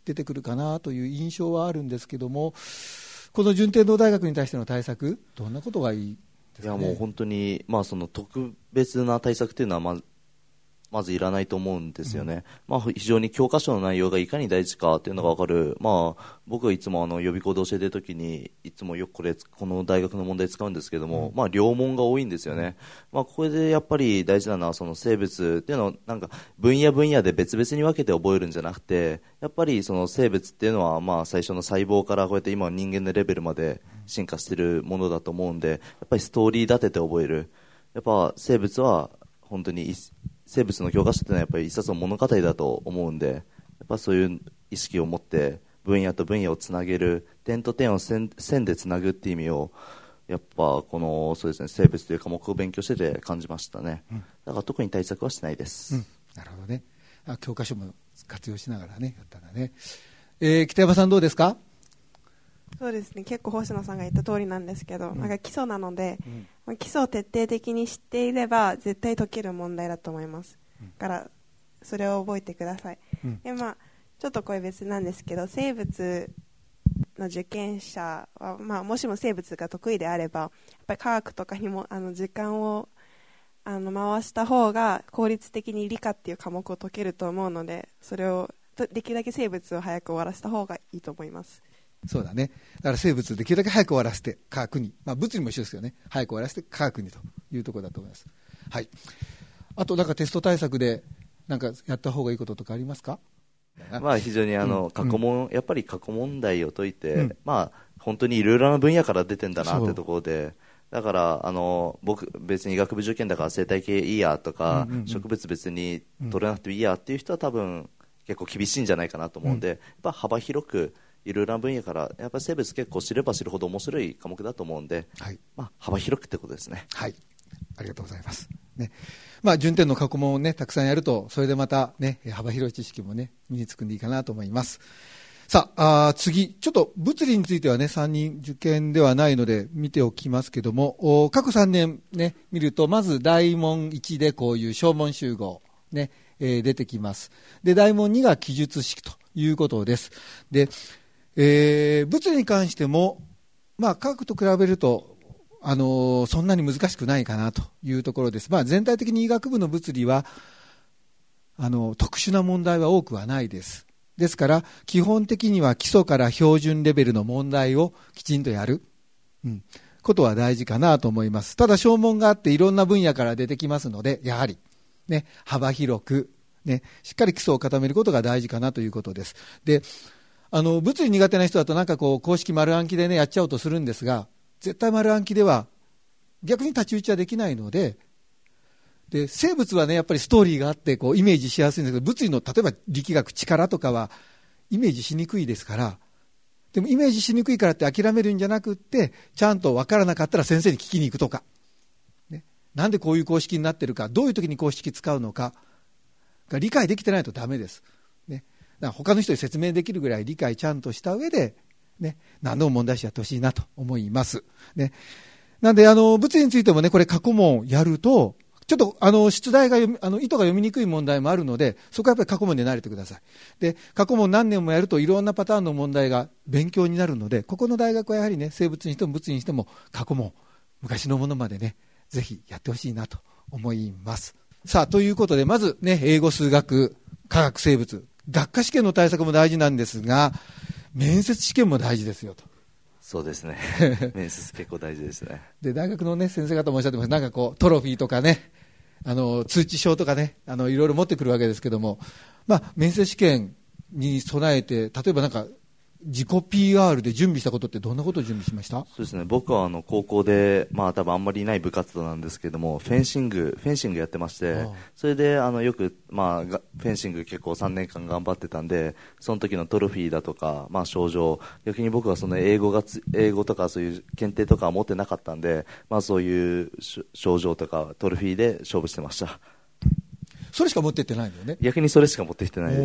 Speaker 2: 出てくるかなという印象はあるんですけども、この順天堂大学に対しての対策、どんなことがいいですかね。
Speaker 5: いやもう本当に、まあ、その特別な対策というのはまずまずいらないと思うんですよね、うんまあ、非常に教科書の内容がいかに大事かというのが分かる、まあ、僕はいつもあの予備校で教えているときにいつもよくこれこの大学の問題使うんですけども、うんまあ、両問が多いんですよね、まあ、これでやっぱり大事なのはその生物っていうのをなんか分野分野で別々に分けて覚えるんじゃなくて、やっぱりその生物っていうのはまあ最初の細胞からこうやって今人間のレベルまで進化しているものだと思うんで、やっぱりストーリー立てて覚える。やっぱ生物は本当に生物の教科書ってのはやっぱり一冊の物語だと思うんで、やっぱそういう意識を持って分野と分野をつなげる、点と点を線、線でつなぐっていう意味をやっぱこのそうですね、生物という科目を勉強してて感じましたね、うん、だから特に対策はしないです、
Speaker 2: うん、なるほどね。あ、教科書も活用しながらねやったんだね、えー、北山さんどうですか。
Speaker 3: そうですね、結構星野さんが言った通りなんですけど、うん、なんか基礎なので、うん、基礎を徹底的に知っていれば絶対解ける問題だと思います、うん、だからそれを覚えてください、うん、でまあ、ちょっとこれ別なんですけど、生物の受験者は、まあ、もしも生物が得意であればやっぱり科学とかにもあの時間をあの回した方が効率的に理科っていう科目を解けると思うので、それをできるだけ生物を早く終わらせた方がいいと思います。
Speaker 2: そうだね。だから生物できるだけ早く終わらせて科学に、まあ、物理も一緒ですけどね、早く終わらせて科学にというところだと思います。はい。あとなんかテスト対策でなんかやった方がいいこととかありますか。
Speaker 5: まあ非常にあの、うん、過去問、やっぱり過去問題を解いて、うん、まあ本当にいろいろな分野から出てんだなってところで、だからあの僕別に医学部受験だから生態系いいやとか、うんうんうん、植物別に取れなくていいやっていう人は多分結構厳しいんじゃないかなと思うんで、うん、やっぱ幅広くいろいろな分野からやっぱり生物結構知れば知るほど面白い科目だと思うんで、はいまあ、幅広くってことですね。
Speaker 2: はい、ありがとうございます、ね。まあ、順天の過去問をねたくさんやるとそれでまたね幅広い知識もね身につくんでいいかなと思います。さあ、あ次ちょっと物理についてはねさんにん受験ではないので見ておきますけども、過去さんねんね見るとまず大問いちでこういう小問集合ね、えー、出てきます。で大問にが記述式ということです。でえー、物理に関しても、まあ、科学と比べると、あのー、そんなに難しくないかなというところです。まあ、全体的に医学部の物理はあの特殊な問題は多くはないです。ですから基本的には基礎から標準レベルの問題をきちんとやる、うん、ことは大事かなと思います。ただ小問があっていろんな分野から出てきますので、やはり、ね、幅広く、ね、しっかり基礎を固めることが大事かなということです。であの物理苦手な人だとなんかこう公式丸暗記でねやっちゃおうとするんですが、絶対丸暗記では逆に太刀打ちはできないので、で生物はねやっぱりストーリーがあってこうイメージしやすいんですけど、物理の例えば力学力とかはイメージしにくいですから、でもイメージしにくいからって諦めるんじゃなくって、ちゃんと分からなかったら先生に聞きに行くとか、ね、なんでこういう公式になってるか、どういう時に公式使うのかが理解できてないとダメです、ね。だから他の人に説明できるぐらい理解ちゃんとした上で、ね、何度も問題集やってほしいなと思います、ね。なんであの物理についてもねこれ過去問やるとちょっとあの出題があの意図が読みにくい問題もあるので、そこはやっぱり過去問で慣れてください。で過去問何年もやるといろんなパターンの問題が勉強になるので、ここの大学はやはりね生物にしても物理にしても過去問昔のものまでねぜひやってほしいなと思います。さあということでまずね英語数学科学生物学科試験の対策も大事なんですが、面接試験も大事ですよと。
Speaker 5: そうですね面接結構大事ですね。
Speaker 2: で大学の、ね、先生方もおっしゃってます。なんかこうトロフィーとかねあの通知書とかねあのいろいろ持ってくるわけですけども、まあ、面接試験に備えて例えばなんか自己 ピーアール で準備したことってどんなことを準備しました？
Speaker 5: そうですね、僕はあの高校で、まあ、多分あんまりいない部活動なんですけどもフェンシングフェンシングやってまして、ああそれであのよく、まあ、フェンシング結構さんねんかん頑張ってたんで、その時のトロフィーだとか、まあ、賞状、逆に僕はその英語がつ英語とかそういう検定とかは持ってなかったんで、まあ、そういう賞状とかトロフィーで勝負してました。
Speaker 2: それしか持ってってないんだよね。
Speaker 5: 逆にそれしか持ってきてないです。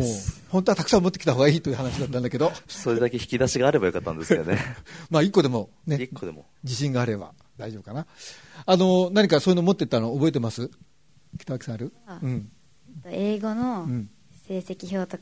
Speaker 2: 本当はたくさん持ってきた方がいいという話だったんだけど
Speaker 5: それだけ引き出しがあればよかったんですけどね
Speaker 2: まあいっこでもね
Speaker 5: いっこでも
Speaker 2: 自信があれば大丈夫かな。あの何かそういうの持ってったの覚えてます？北脇さんある？うん、
Speaker 4: 英語の成績表とか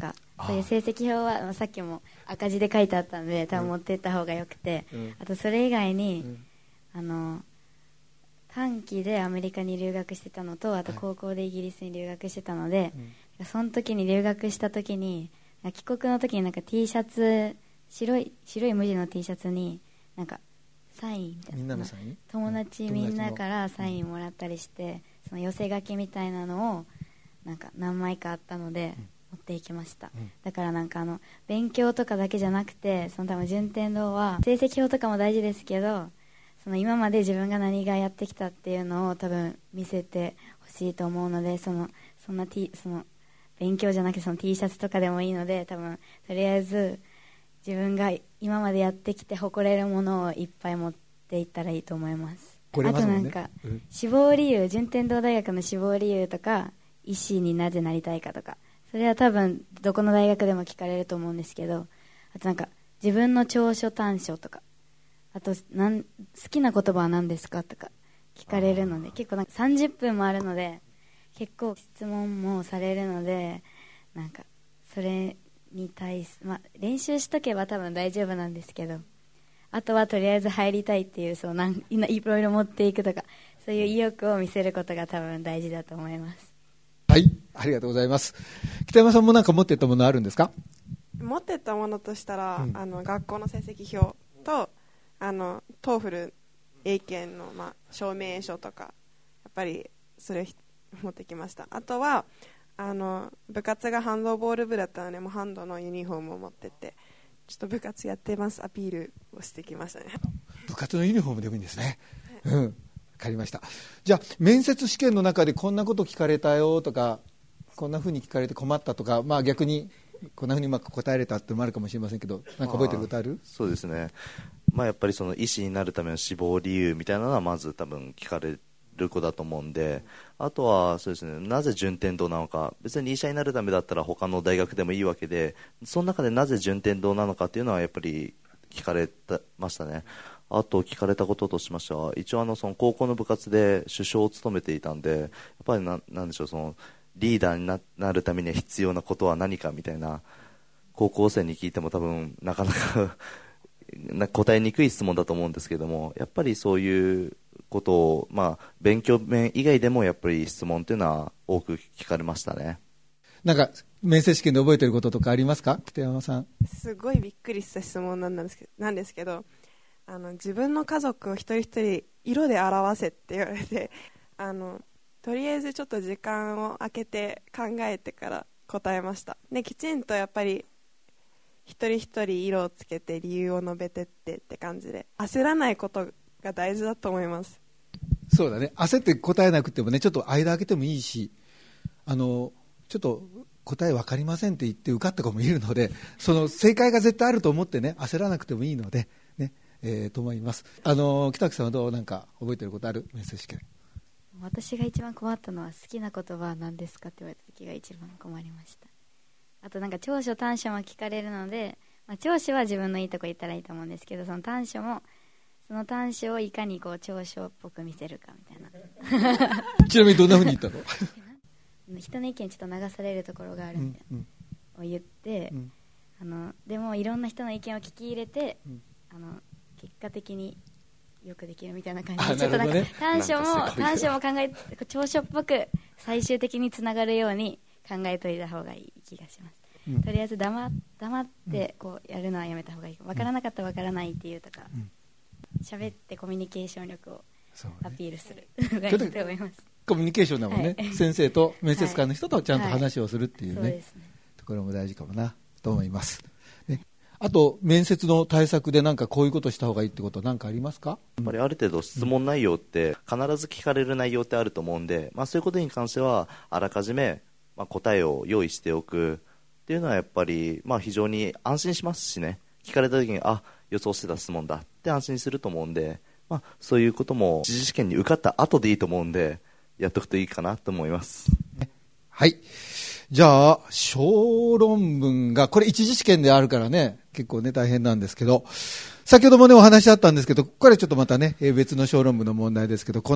Speaker 4: そういう成績表は、まあ、さっきも赤字で書いてあったので多分持っていった方がよくて、うん、あとそれ以外に、うん、あの短期でアメリカに留学してたのと、あと高校でイギリスに留学してたので、はい、その時に留学した時に帰国の時になんか T シャツ白い白い無地の T シャツになんかサインみたいな、
Speaker 2: みんなのサイン、
Speaker 4: 友達みんなからサインもらったりして、その寄せ書きみたいなのをなんか何枚かあったので持っていきました、うん、だからなんかあの勉強とかだけじゃなくて、その多分順天堂は成績表とかも大事ですけど、その今まで自分が何がやってきたっていうのを多分見せてほしいと思うので、そのそんな T その勉強じゃなくてその T シャツとかでもいいので、多分とりあえず自分が今までやってきて誇れるものをいっぱい持っていったらいいと思います。
Speaker 2: これ
Speaker 4: あとなんか、うん、志望理由、順天堂大学の志望理由とか、医師になぜなりたいかとか、それは多分どこの大学でも聞かれると思うんですけど、あとなんか自分の長所短所とか、あとなん好きな言葉は何ですかとか聞かれるので、結構なんかさんじゅっぷんもあるので結構質問もされるので、なんかそれに対す、まあ、練習しとけば多分大丈夫なんですけど、あとはとりあえず入りたいっていう、そうなんいろいろ持っていくとか、そういう意欲を見せることが多分大事だと思います。
Speaker 2: はい、ありがとうございます。北山さんも何か持っていったものあるんですか？
Speaker 3: 持っていったものとしたら、うん、あの学校の成績表とあのトーフル英検の、まあ、証明書とか、やっぱりそれ持ってきました。あとはあの部活がハンドボール部だったので、もうハンドのユニフォームを持ってってちょっと部活やってますアピールをしてきましたね。
Speaker 2: 部活のユニフォームでもいいんですね、はい、うん、分かりました。じゃあ面接試験の中でこんなこと聞かれたよとか、こんなふうに聞かれて困ったとか、まあ、逆にこんなふうにうまく答えれたってのもあるかもしれませんけど、なんか覚えてることある？
Speaker 5: そうですね、まあ、やっぱりその医師になるための志望理由みたいなのはまず多分聞かれる子だと思うんで、あとはそうですね、なぜ順天堂なのか、別に医者になるためだったら他の大学でもいいわけで、その中でなぜ順天堂なのかっていうのはやっぱり聞かれましたね。あと聞かれたこととしましては、一応あのその高校の部活で主将を務めていたんで、やっぱり な, なんでしょう、そのリーダーに な, なるためには必要なことは何かみたいな、高校生に聞いても多分なかなか答えにくい質問だと思うんですけども、やっぱりそういうことを、まあ、勉強面以外でもやっぱり質問というのは多く聞かれましたね。
Speaker 2: なんか面接試験で覚えてることとかありますか？北山さん。
Speaker 3: すごいびっくりした質問なんですけど、なんですけど、あの自分の家族を一人一人色で表せって言われて、あのとりあえずちょっと時間を空けて考えてから答えました。できちんとやっぱり一人一人色をつけて理由を述べてってって感じで、焦らないことが大事だと思います。
Speaker 2: そうだね、焦って答えなくてもね、ちょっと間空けてもいいし、あのちょっと答え分かりませんって言って受かった子もいるので、その正解が絶対あると思ってね、焦らなくてもいいので、ねえー、と思います。あの北木さんはどう、なんか覚えてることある？面接試験。
Speaker 4: 私が一番困ったのは、好きな言葉は何ですかって言われた時が一番困りました。あとなんか長所短所も聞かれるので、まあ、長所は自分のいいとこ言ったらいいと思うんですけど、その短所もその短所をいかにこう長所っぽく見せるかみたいな
Speaker 2: ちなみにどんな風に言ったの？
Speaker 4: 人の意見ちょっと流されるところがあるみたいな、うんうん、を言って、うん、あのでもいろんな人の意見を聞き入れて、うん、あの結果的によくできるみたいな感じで、ちょっとなんか短所も短所も考えて長所っぽく最終的につながるように考えといた方がいい気がします、うん、とりあえず黙、黙ってこうやるのはやめた方がいい。分からなかったら分からないっていうとか、喋、うん、ってコミュニケーション力をアピールするのがいいと思います。
Speaker 2: コミュニケーションだもんね、はい、先生と面接官の人とちゃんと話をするっていう ね,、はいはい、そうですね、ところも大事かもなと思います、ね、あと面接の対策でなんかこういうことした方がいいってことは何かありますか？や
Speaker 5: っぱりある程度質問内容って必ず聞かれる内容ってあると思うんで、まあ、そういうことに関してはあらかじめまあ答えを用意しておくっていうのはやっぱりまあ非常に安心しますしね、聞かれた時にあ予想してた質問だって安心すると思うんで、まあ、そういうことも一次試験に受かった後でいいと思うんでやっとくといいかなと思います。
Speaker 2: はい、じゃあ小論文がこれ一次試験であるからね、結構ね大変なんですけど、先ほどもねお話あったんですけど、これちょっとまたね別の小論文の問題ですけど、こんな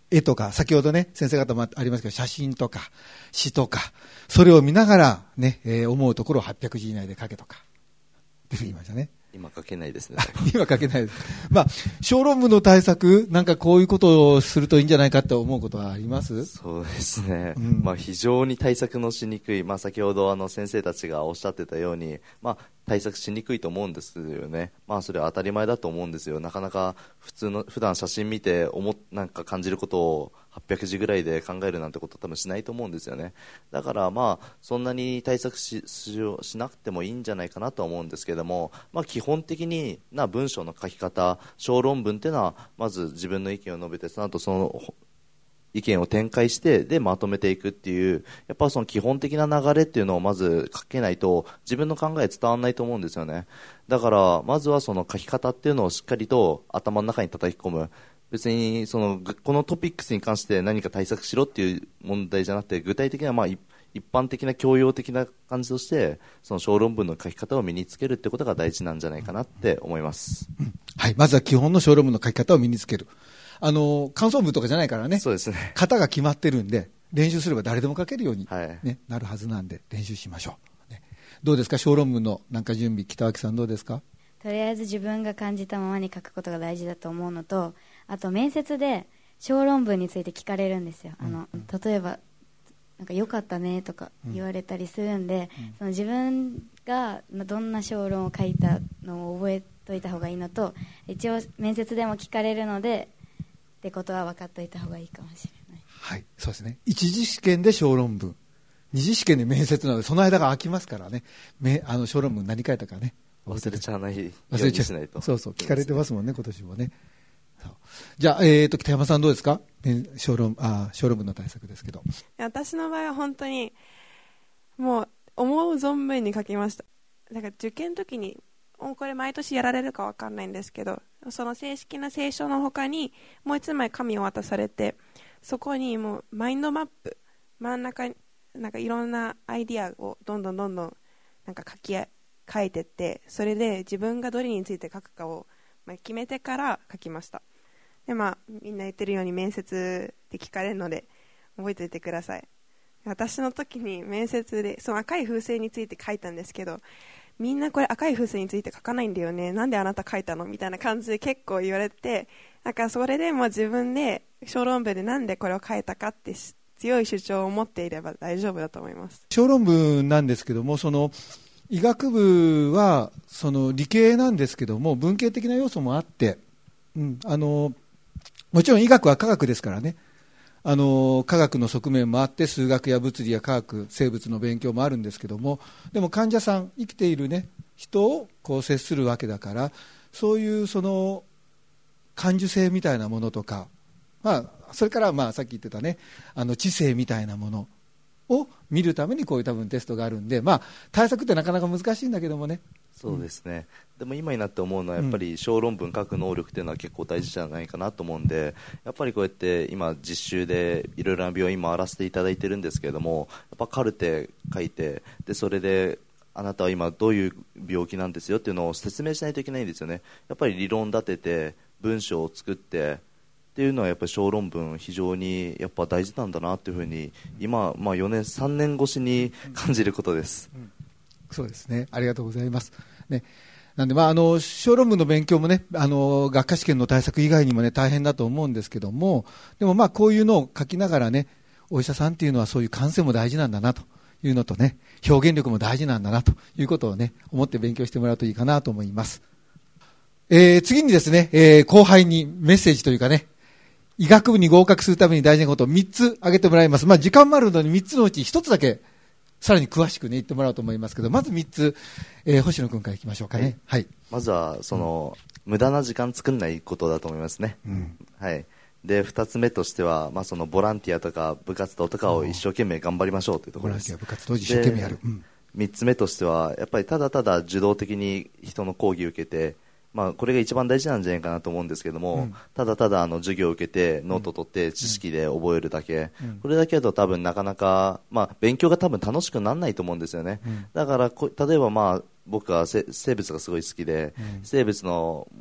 Speaker 2: 絵とか、先ほどね、先生方もありますけど、写真とか、詩とか、それを見ながらね、えー、思うところをはっぴゃくじ以内で書けとか、出てきましたね。
Speaker 5: 今書けないですね。
Speaker 2: 今書けないです。まあ、小論文の対策、なんかこういうことをするといいんじゃないかと思うことはあります？
Speaker 5: そうですね。
Speaker 2: うん、
Speaker 5: まあ非常に対策のしにくい、まあ先ほどあの先生たちがおっしゃってたように、まあ対策しにくいと思うんですよね。まあそれは当たり前だと思うんですよ。なかなか普通の、普段写真見て思なんか感じることをはっぴゃくじぐらいで考えるなんてこと多分しないと思うんですよね。だからまあそんなに対策 し, し, しなくてもいいんじゃないかなとは思うんですけども、まあ基本的にな文章の書き方、小論文っていうのはまず自分の意見を述べて、その後その意見を展開してでまとめていくっていう、やっぱその基本的な流れっていうのをまず書けないと自分の考え伝わらないと思うんですよね。だからまずはその書き方っていうのをしっかりと頭の中に叩き込む。別にそのこのトピックスに関して何か対策しろっていう問題じゃなくて、具体的なまあ一般的な教養的な感じとしてその小論文の書き方を身につけるってことが大事なんじゃないかなって思います、
Speaker 2: うん、はい。まずは基本の小論文の書き方を身につける。あの感想文とかじゃないからね。
Speaker 5: そうですね。
Speaker 2: 型が決まってるんで練習すれば誰でも書けるように、ね、
Speaker 5: はい、
Speaker 2: なるはずなんで練習しましょう、ね、どうですか小論文のなんか準備、北脇さんどうですか？
Speaker 4: とりあえず自分が感じたままに書くことが大事だと思うのと、あと面接で小論文について聞かれるんですよ。あの、うん、例えばなんか良かったねとか言われたりするんで、うん、その自分がどんな小論を書いたのを覚えといた方がいいのと、一応面接でも聞かれるのでってことは分かっておいた方がいいかもしれない。
Speaker 2: はい、そうですね。一次試験で小論文、二次試験で面接なのでその間が空きますからね。めあの小論文何書いたかね
Speaker 5: 忘れちゃわないようにしないと。
Speaker 2: そうそう、聞かれてますもんね、今年もね。そうじゃあ、えーと、北山さんどうですか？小論、あ、小論文の対策ですけど。
Speaker 3: 私の場合は本当にもう思う存分に書きました。だから受験の時にこれ毎年やられるか分かんないんですけど、その正式な聖書の他にもう一枚紙を渡されて、そこにもうマインドマップ、真ん中になんかいろんなアイディアをどんどんどんどんなんか書き書いてって、それで自分がどれについて書くかを決めてから書きました。で、まあ、みんな言ってるように面接で聞かれるので覚えておいてください。私の時に面接でその赤い風船について書いたんですけど、みんなこれ赤い風船について書かないんだよね、なんであなた書いたのみたいな感じで結構言われて、なんかそれでも自分で小論文でなんでこれを書いたかって強い主張を持っていれば大丈夫だと思います。
Speaker 2: 小論文なんですけども、その医学部はその理系なんですけども文系的な要素もあって、うん、あのもちろん医学は科学ですからね、あの科学の側面もあって数学や物理や科学生物の勉強もあるんですけども、でも患者さん生きている、ね、人をこう接するわけだから、そういうその感受性みたいなものとか、まあ、それからまあさっき言ってたね、あの知性みたいなものを見るためにこういう多分テストがあるんで、まあ、対策ってなかなか難しいんだけどもね。
Speaker 5: そうですね、うん、でも今になって思うのはやっぱり小論文書く能力っていうのは結構大事じゃないかなと思うんで、やっぱりこうやって今実習でいろいろな病院回らせていただいてるんですけれども、やっぱカルテ書いて、でそれであなたは今どういう病気なんですよっていうのを説明しないといけないんですよね。やっぱり理論立てて文章を作ってっていうのはやっぱり小論文非常にやっぱ大事なんだなというふうに今、まあ、よねんさんねん越しに感じることです、うんうん、
Speaker 2: そうですね、ありがとうございます、ね、なんで、まあ、あの小論文の勉強もね、あの学科試験の対策以外にもね大変だと思うんですけども、でもまあこういうのを書きながらね、お医者さんっていうのはそういう感性も大事なんだなというのとね、表現力も大事なんだなということをね思って勉強してもらうといいかなと思います。えー、次にですね、えー、後輩にメッセージというかね、医学部に合格するために大事なことをみっつ挙げてもらいます。まあ時間もあるのでみっつのうちひとつだけさらに詳しくね言ってもらおうと思いますけど、まずみっつ、えー、星野君からいきましょうかね。はい。はい、
Speaker 5: まずはその、うん、無駄な時間作んないことだと思いますね。うん、はい。でふたつめとしては、まあ、そのボランティアとか部活動とかを一生懸命頑張りましょうというところです。
Speaker 2: ボランティア部活動を一生懸命やる。うん、
Speaker 5: みっつめとしてはやっぱりただただ受動的に人の講義を受けて、まあ、これが一番大事なんじゃないかなと思うんですけども、うん、ただただあの授業を受けてノートを取って知識で覚えるだけ、うん、これだけだと多分なかなか、まあ、勉強が多分楽しくならないと思うんですよね、うん、だからこ例えばまあ僕は生物がすごい好きで、うん、生物の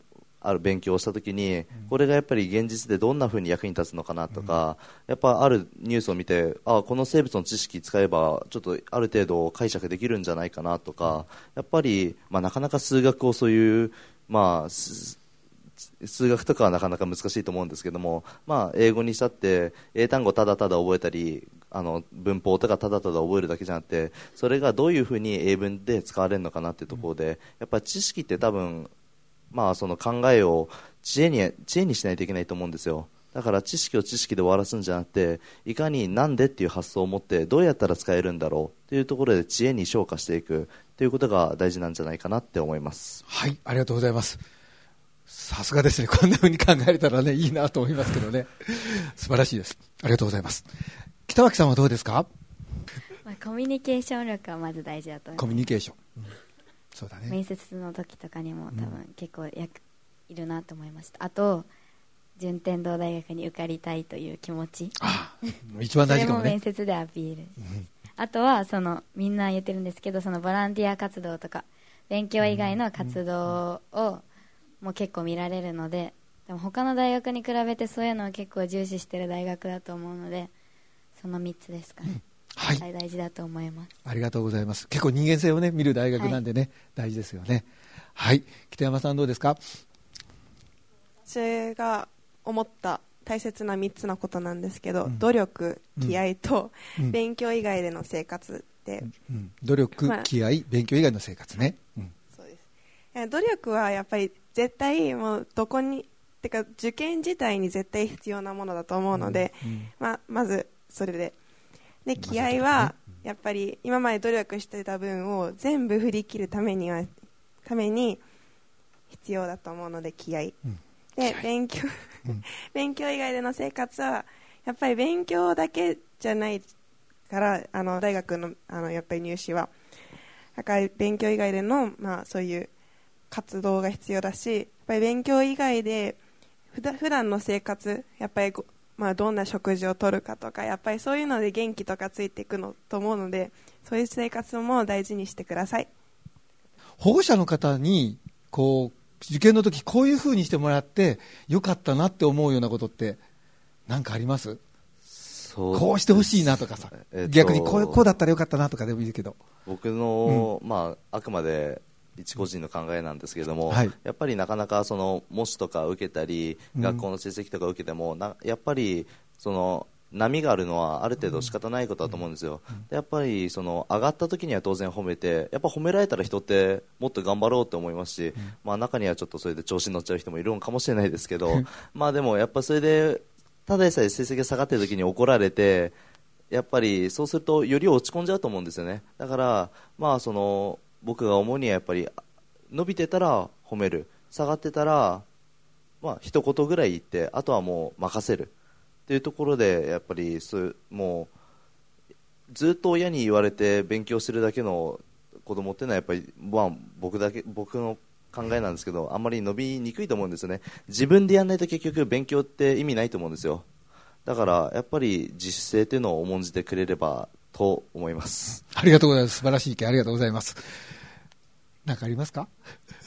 Speaker 5: ある勉強をしたときに、これがやっぱり現実でどんな風に役に立つのかなとか、やっぱあるニュースを見て、あこの生物の知識使えばちょっとある程度解釈できるんじゃないかなとか、やっぱり、まあ、なかなか数学をそういう、まあ、数学とかはなかなか難しいと思うんですけども、まあ、英語にしたって英単語ただただ覚えたり、あの文法とかただただ覚えるだけじゃなくて、それがどういう風に英文で使われるのかなっていうところで、やっぱり知識って多分、まあ、その考えを知恵に、知恵にしないといけないと思うんですよ。だから知識を知識で終わらすんじゃなくて、いかになんでっていう発想を持ってどうやったら使えるんだろうというところで知恵に昇華していくということが大事なんじゃないかなって思います。
Speaker 2: はい、ありがとうございます。さすがですね。こんな風に考えれたらね、いいなと思いますけどね。素晴らしいです。ありがとうございます。北脇さんはどうですか？
Speaker 4: まあ、コミュニケーション力はまず大事だと思います。
Speaker 2: コミュニケーション、うん、そうだね。
Speaker 4: 面接の時とかにも多分結構やいるなと思いました。あと順天堂大学に受かりたいという気持ち、
Speaker 2: ああ一番大事かもね。
Speaker 4: それも面接でアピール、うん、あとはそのみんな言ってるんですけど、そのボランティア活動とか勉強以外の活動をもう結構見られるので、でも他の大学に比べてそういうのを結構重視してる大学だと思うので、そのみっつですかね、うん、はい、大事だと思います。
Speaker 2: ありがとうございます。結構人間性をね見る大学なんでね、はい、大事ですよね。はい、北山さんどうですか？
Speaker 3: 私が思った大切なみっつのことなんですけど、うん、努力、気合と、うん、勉強以外での生活で、
Speaker 2: うんうん、努力、まあ、気合、勉強以外の生活ね、うん、
Speaker 3: そうです。努力はやっぱり絶対もうどこにてか受験自体に絶対必要なものだと思うので、うんうん、まあ、まずそれでで気合はやっぱり今まで努力してた分を全部振り切るためにはために必要だと思うので気合、うん、で勉強、うん、勉強以外での生活はやっぱり勉強だけじゃないからあの大学の、あのやっぱり入試はだから勉強以外での、まあ、そういう活動が必要だし、やっぱり勉強以外でふだ普段の生活やっぱりまあ、どんな食事をとるかとかやっぱりそういうので元気とかついていくのと思うので、そういう生活も大事にしてください。
Speaker 2: 保護者の方にこう受験の時こういう風にしてもらってよかったなって思うようなことって何かあります？そうこうしてほしいなとかさ、えっと、逆にこう、こうだったらよかったなとかでもいいけど、
Speaker 5: 僕の、うん、まあ、あくまで一個人の考えなんですけれども、はい、やっぱりなかなかその模試とか受けたり、うん、学校の成績とか受けてもなやっぱりその波があるのはある程度仕方ないことだと思うんですよ、うん、やっぱりその上がった時には当然褒めて、やっぱ褒められたら人ってもっと頑張ろうと思いますし、うん、まあ、中にはちょっとそれで調子に乗っちゃう人もいるのかもしれないですけどまあでもやっぱそれでただでさえ成績が下がっている時に怒られて、やっぱりそうするとより落ち込んじゃうと思うんですよね。だからまあその僕が思うにはやっぱり伸びてたら褒める、下がってたらまあ一言ぐらい言ってあとはもう任せるっていうところで、やっぱりそうもうずっと親に言われて勉強するだけの子供っていうのはやっぱり、まあ、僕だけ僕の考えなんですけど、あんまり伸びにくいと思うんですよね。自分でやらないと結局勉強って意味ないと思うんですよ。だからやっぱり自主性っていうのを重んじてくれればと思います。
Speaker 2: ありがとうございます。素晴らしい意見ありがとうございます。何かありますか？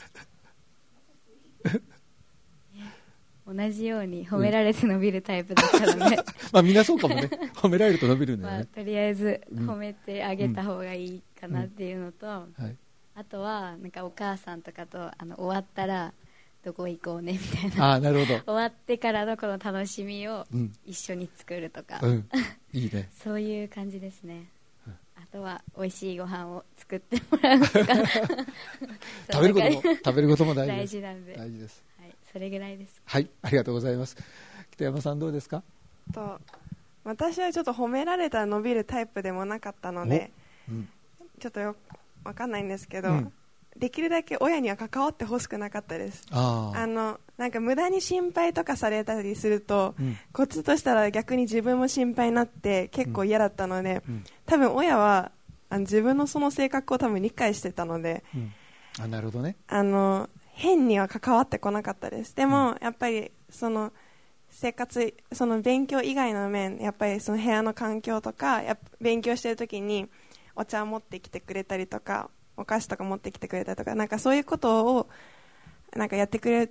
Speaker 4: 同じように褒められて伸びるタイプだったので、うん、
Speaker 2: まあみんなそうかもね。褒められると伸びるんだよね、
Speaker 4: まあ、とりあえず褒めてあげた方がいいかなっていうのと、うんうんはい、あとはなんかお母さんとかとあの終わったらどこ行こうねみたいな、
Speaker 2: あ、なるほど、
Speaker 4: 終わってからのこの楽しみを一緒に作るとか、
Speaker 2: うんうん、いいね
Speaker 4: そういう感じですね。あとは美味しいご飯を作ってもらうとか
Speaker 2: 食べることも食べることも大事です。
Speaker 4: 大事なんで
Speaker 2: 大事です、
Speaker 4: はい、それぐらいです。
Speaker 2: はい、ありがとうございます。北山さんどうですか？
Speaker 3: と私はちょっと褒められたら伸びるタイプでもなかったので、うん、ちょっとよ分かんないんですけど、うん、できるだけ親には関わってほしくなかったです。ああのなんか無駄に心配とかされたりすると、うん、こっちとしたら逆に自分も心配になって結構嫌だったので、うん、多分親はあの自分のその性格を多分理解してたので、
Speaker 2: うん、あ、なるほどね、
Speaker 3: あの変には関わってこなかったです。でも、うん、やっぱりその生活、その勉強以外の面、やっぱりその部屋の環境とか、やっぱ勉強してる時にお茶を持ってきてくれたりとかお菓子とか持ってきてくれたりとか、なんかそういうことをなんかやってくれると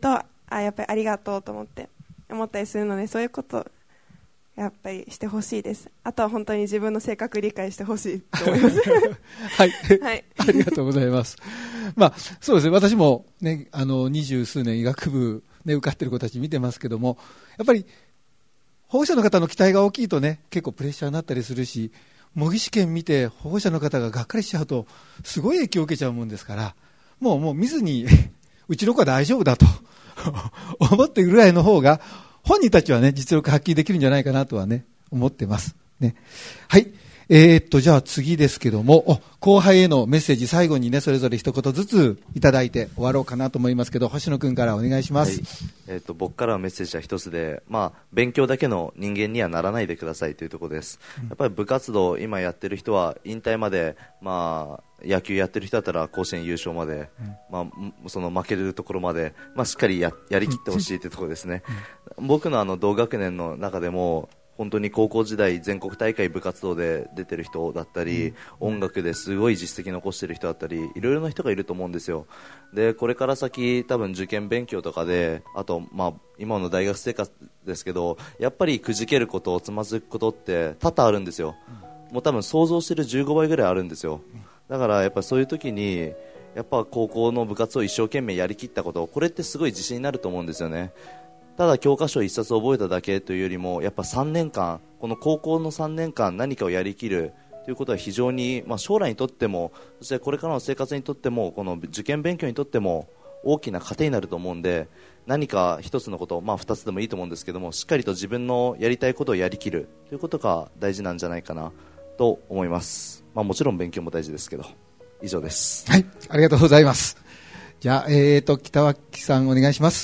Speaker 3: あやっぱりありがとうと思って思ったりするので、そういうことやっぱりしてほしいです。あとは本当に自分の性格理解してほしいと思います
Speaker 2: はい、
Speaker 3: はい、
Speaker 2: ありがとうございます。まあそうですね、私もね、あの二十数年医学部、ね、受かってる子たち見てますけども、やっぱり保護者の方の期待が大きいとね、結構プレッシャーになったりするし、模擬試験見て保護者の方ががっかりしちゃうとすごい影響を受けちゃうもんですから、もうもう見ずにうちの子は大丈夫だと思っているぐらいの方が本人たちはね、実力発揮できるんじゃないかなとはね、思ってますね。はい。えー、っと、じゃあ次ですけども、後輩へのメッセージ、最後にね、それぞれ一言ずついただいて終わろうかなと思いますけど、星野くんからお願いします。
Speaker 5: はい、えー、っと、僕からのメッセージは一つで、まあ、勉強だけの人間にはならないでくださいというところです。やっぱり部活動、今やってる人は引退まで、まあ、野球やってる人だったら甲子園優勝まで、うん、まあ、その負けるところまで、まあ、しっかり や, やりきってほしいというところですね。うん、僕のあの同学年の中でも本当に高校時代全国大会部活動で出てる人だったり、うん、音楽ですごい実績残してる人だったり、いろいろな人がいると思うんですよ。でこれから先多分受験勉強とかで、あと、まあ、今の大学生活ですけど、やっぱりくじけること、つまずくことって多々あるんですよ。うん、もう多分想像してるじゅうごばいぐらいあるんですよ。だからやっぱそういう時にやっぱ高校の部活を一生懸命やりきったこと、これってすごい自信になると思うんですよね。ただ教科書一冊覚えただけというよりも、やっぱさんねんかん、この高校のさんねんかん何かをやりきるということは非常に、まあ、将来にとっても、そしてこれからの生活にとっても、この受験勉強にとっても大きな糧になると思うんで、何か一つのこと、まあ、二つでもいいと思うんですけども、しっかりと自分のやりたいことをやりきるということが大事なんじゃないかなと思います。まあ、もちろん勉強も大事ですけど。以上です。
Speaker 2: はい、ありがとうございます。じゃあ、えーと、北脇さんお願いします。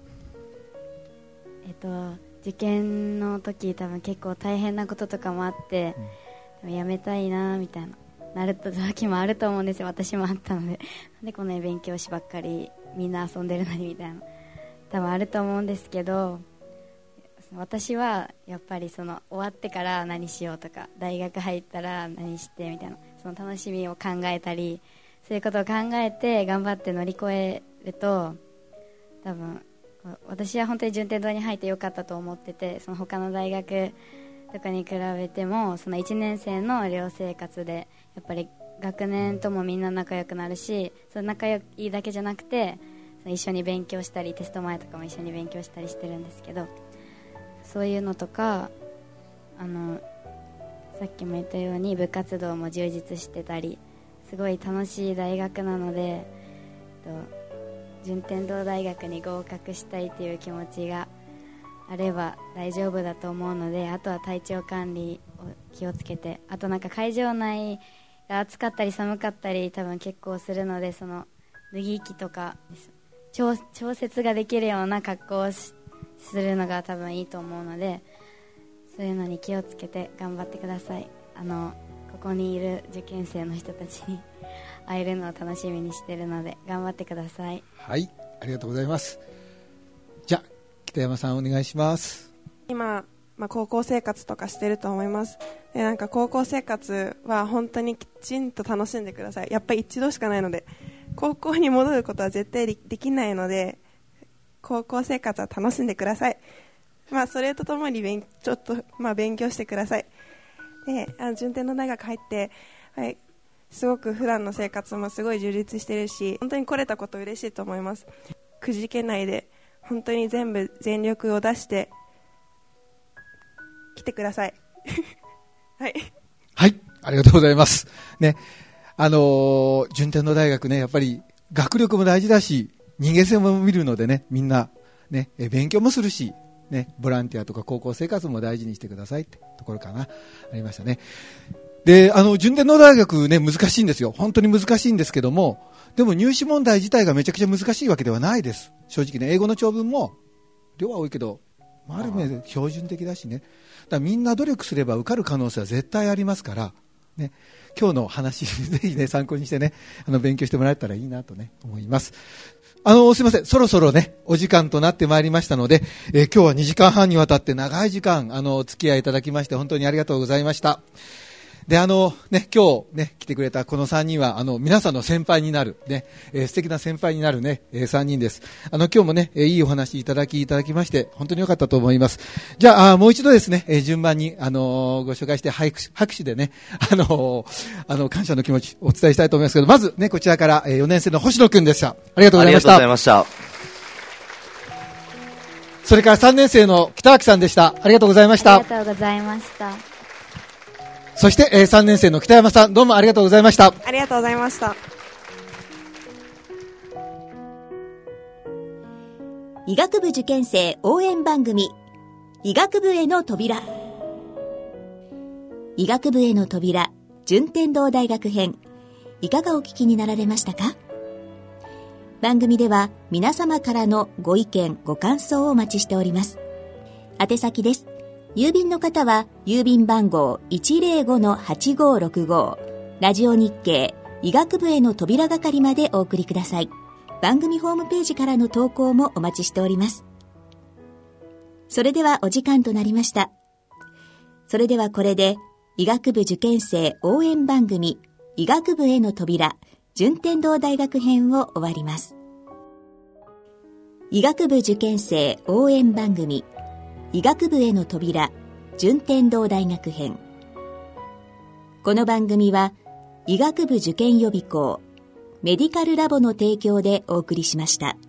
Speaker 4: えっと、受験の時多分結構大変なこととかもあって、うん、やめたいなみたいななる時もあると思うんですよ。私もあったので、なんでこんなに勉強しばっかりみんな遊んでるのにみたいな多分あると思うんですけど、私はやっぱりその終わってから何しようとか、大学入ったら何してみたいな、その楽しみを考えたり、そういうことを考えて頑張って乗り越えると、多分私は本当に順天堂に入ってよかったと思ってて、その他の大学とかに比べてもそのいちねん生の寮生活でやっぱり学年ともみんな仲良くなるし、その仲良いだけじゃなくてその一緒に勉強したり、テスト前とかも一緒に勉強したりしてるんですけど、そういうのとか、あのさっきも言ったように部活動も充実してたり、すごい楽しい大学なので、えっと順天堂大学に合格したいという気持ちがあれば大丈夫だと思うので、あとは体調管理を気をつけて、あとなんか会場内が暑かったり寒かったり多分結構するので、その脱ぎ着とか 調, 調節ができるような格好をするのが多分いいと思うので、そういうのに気をつけて頑張ってください。あのここにいる受験生の人たちに会えるのを楽しみにしているので頑張ってください。
Speaker 2: はい、ありがとうございます。じゃあ北山さんお願いします。
Speaker 3: 今、まあ、高校生活とかしてると思います。でなんか高校生活は本当にきちんと楽しんでください。やっぱり一度しかないので、高校に戻ることは絶対できないので、高校生活は楽しんでください。まあ、それとともに勉ちょっと、まあ、勉強してください。であの順天堂大学入って、はい、すごく普段の生活もすごい充実してるし、本当に来れたこと嬉しいと思います。くじけないで本当に全部全力を出して来てくださいはい、
Speaker 2: はい、ありがとうございますね。あのー、順天堂大学ね、やっぱり学力も大事だし人間性も見るのでね、みんなね勉強もするしね、ボランティアとか高校生活も大事にしてくださいってところかな、ありましたね。で、あの順天堂大学ね、難しいんですよ。本当に難しいんですけども、でも入試問題自体がめちゃくちゃ難しいわけではないです。正直ね、英語の長文も量は多いけど、ある面で標準的だしね。だからみんな努力すれば受かる可能性は絶対ありますからね、今日の話ぜひね参考にしてね、あの勉強してもらえたらいいなとね思います。あのすいません、そろそろねお時間となってまいりましたので、えー、今日はにじかんはんにわたって長い時間あのお付き合いいただきまして本当にありがとうございました。 で、あの、ね、今日ね、来てくれたこのさんにんは、あの、皆さんの先輩になる、ね、えー、素敵な先輩になるね、えー、さんにんです。あの、今日もね、えー、いいお話いただきいただきまして、本当に良かったと思います。じゃあ、あもう一度ですね、えー、順番に、あのー、ご紹介して拍手、拍手でね、あのー、あの、感謝の気持ちお伝えしたいと思いますけど、まずね、こちらから、えー、よねん生の星野くんでした。ありがとうございました。
Speaker 5: ありがとうございました。
Speaker 2: それからさんねん生の北脇さんでした。ありがとうございました。
Speaker 4: ありがとうございました。
Speaker 2: そして、えー、さんねん生の北山さん、どうもありがとうございました。
Speaker 3: ありがとうございました。
Speaker 1: 医学部受験生応援番組、医学部への扉。医学部への扉、順天堂大学編、いかがお聞きになられましたか？番組では皆様からのご意見、ご感想をお待ちしております。宛先です。郵便の方は郵便番号 いちまるごのはちごろくご ラジオ日経医学部への扉係までお送りください。番組ホームページからの投稿もお待ちしております。それではお時間となりました。それではこれで医学部受験生応援番組医学部への扉順天堂大学編を終わります。医学部受験生応援番組医学部への扉順天堂大学編。この番組は医学部受験予備校メディカルラボの提供でお送りしました。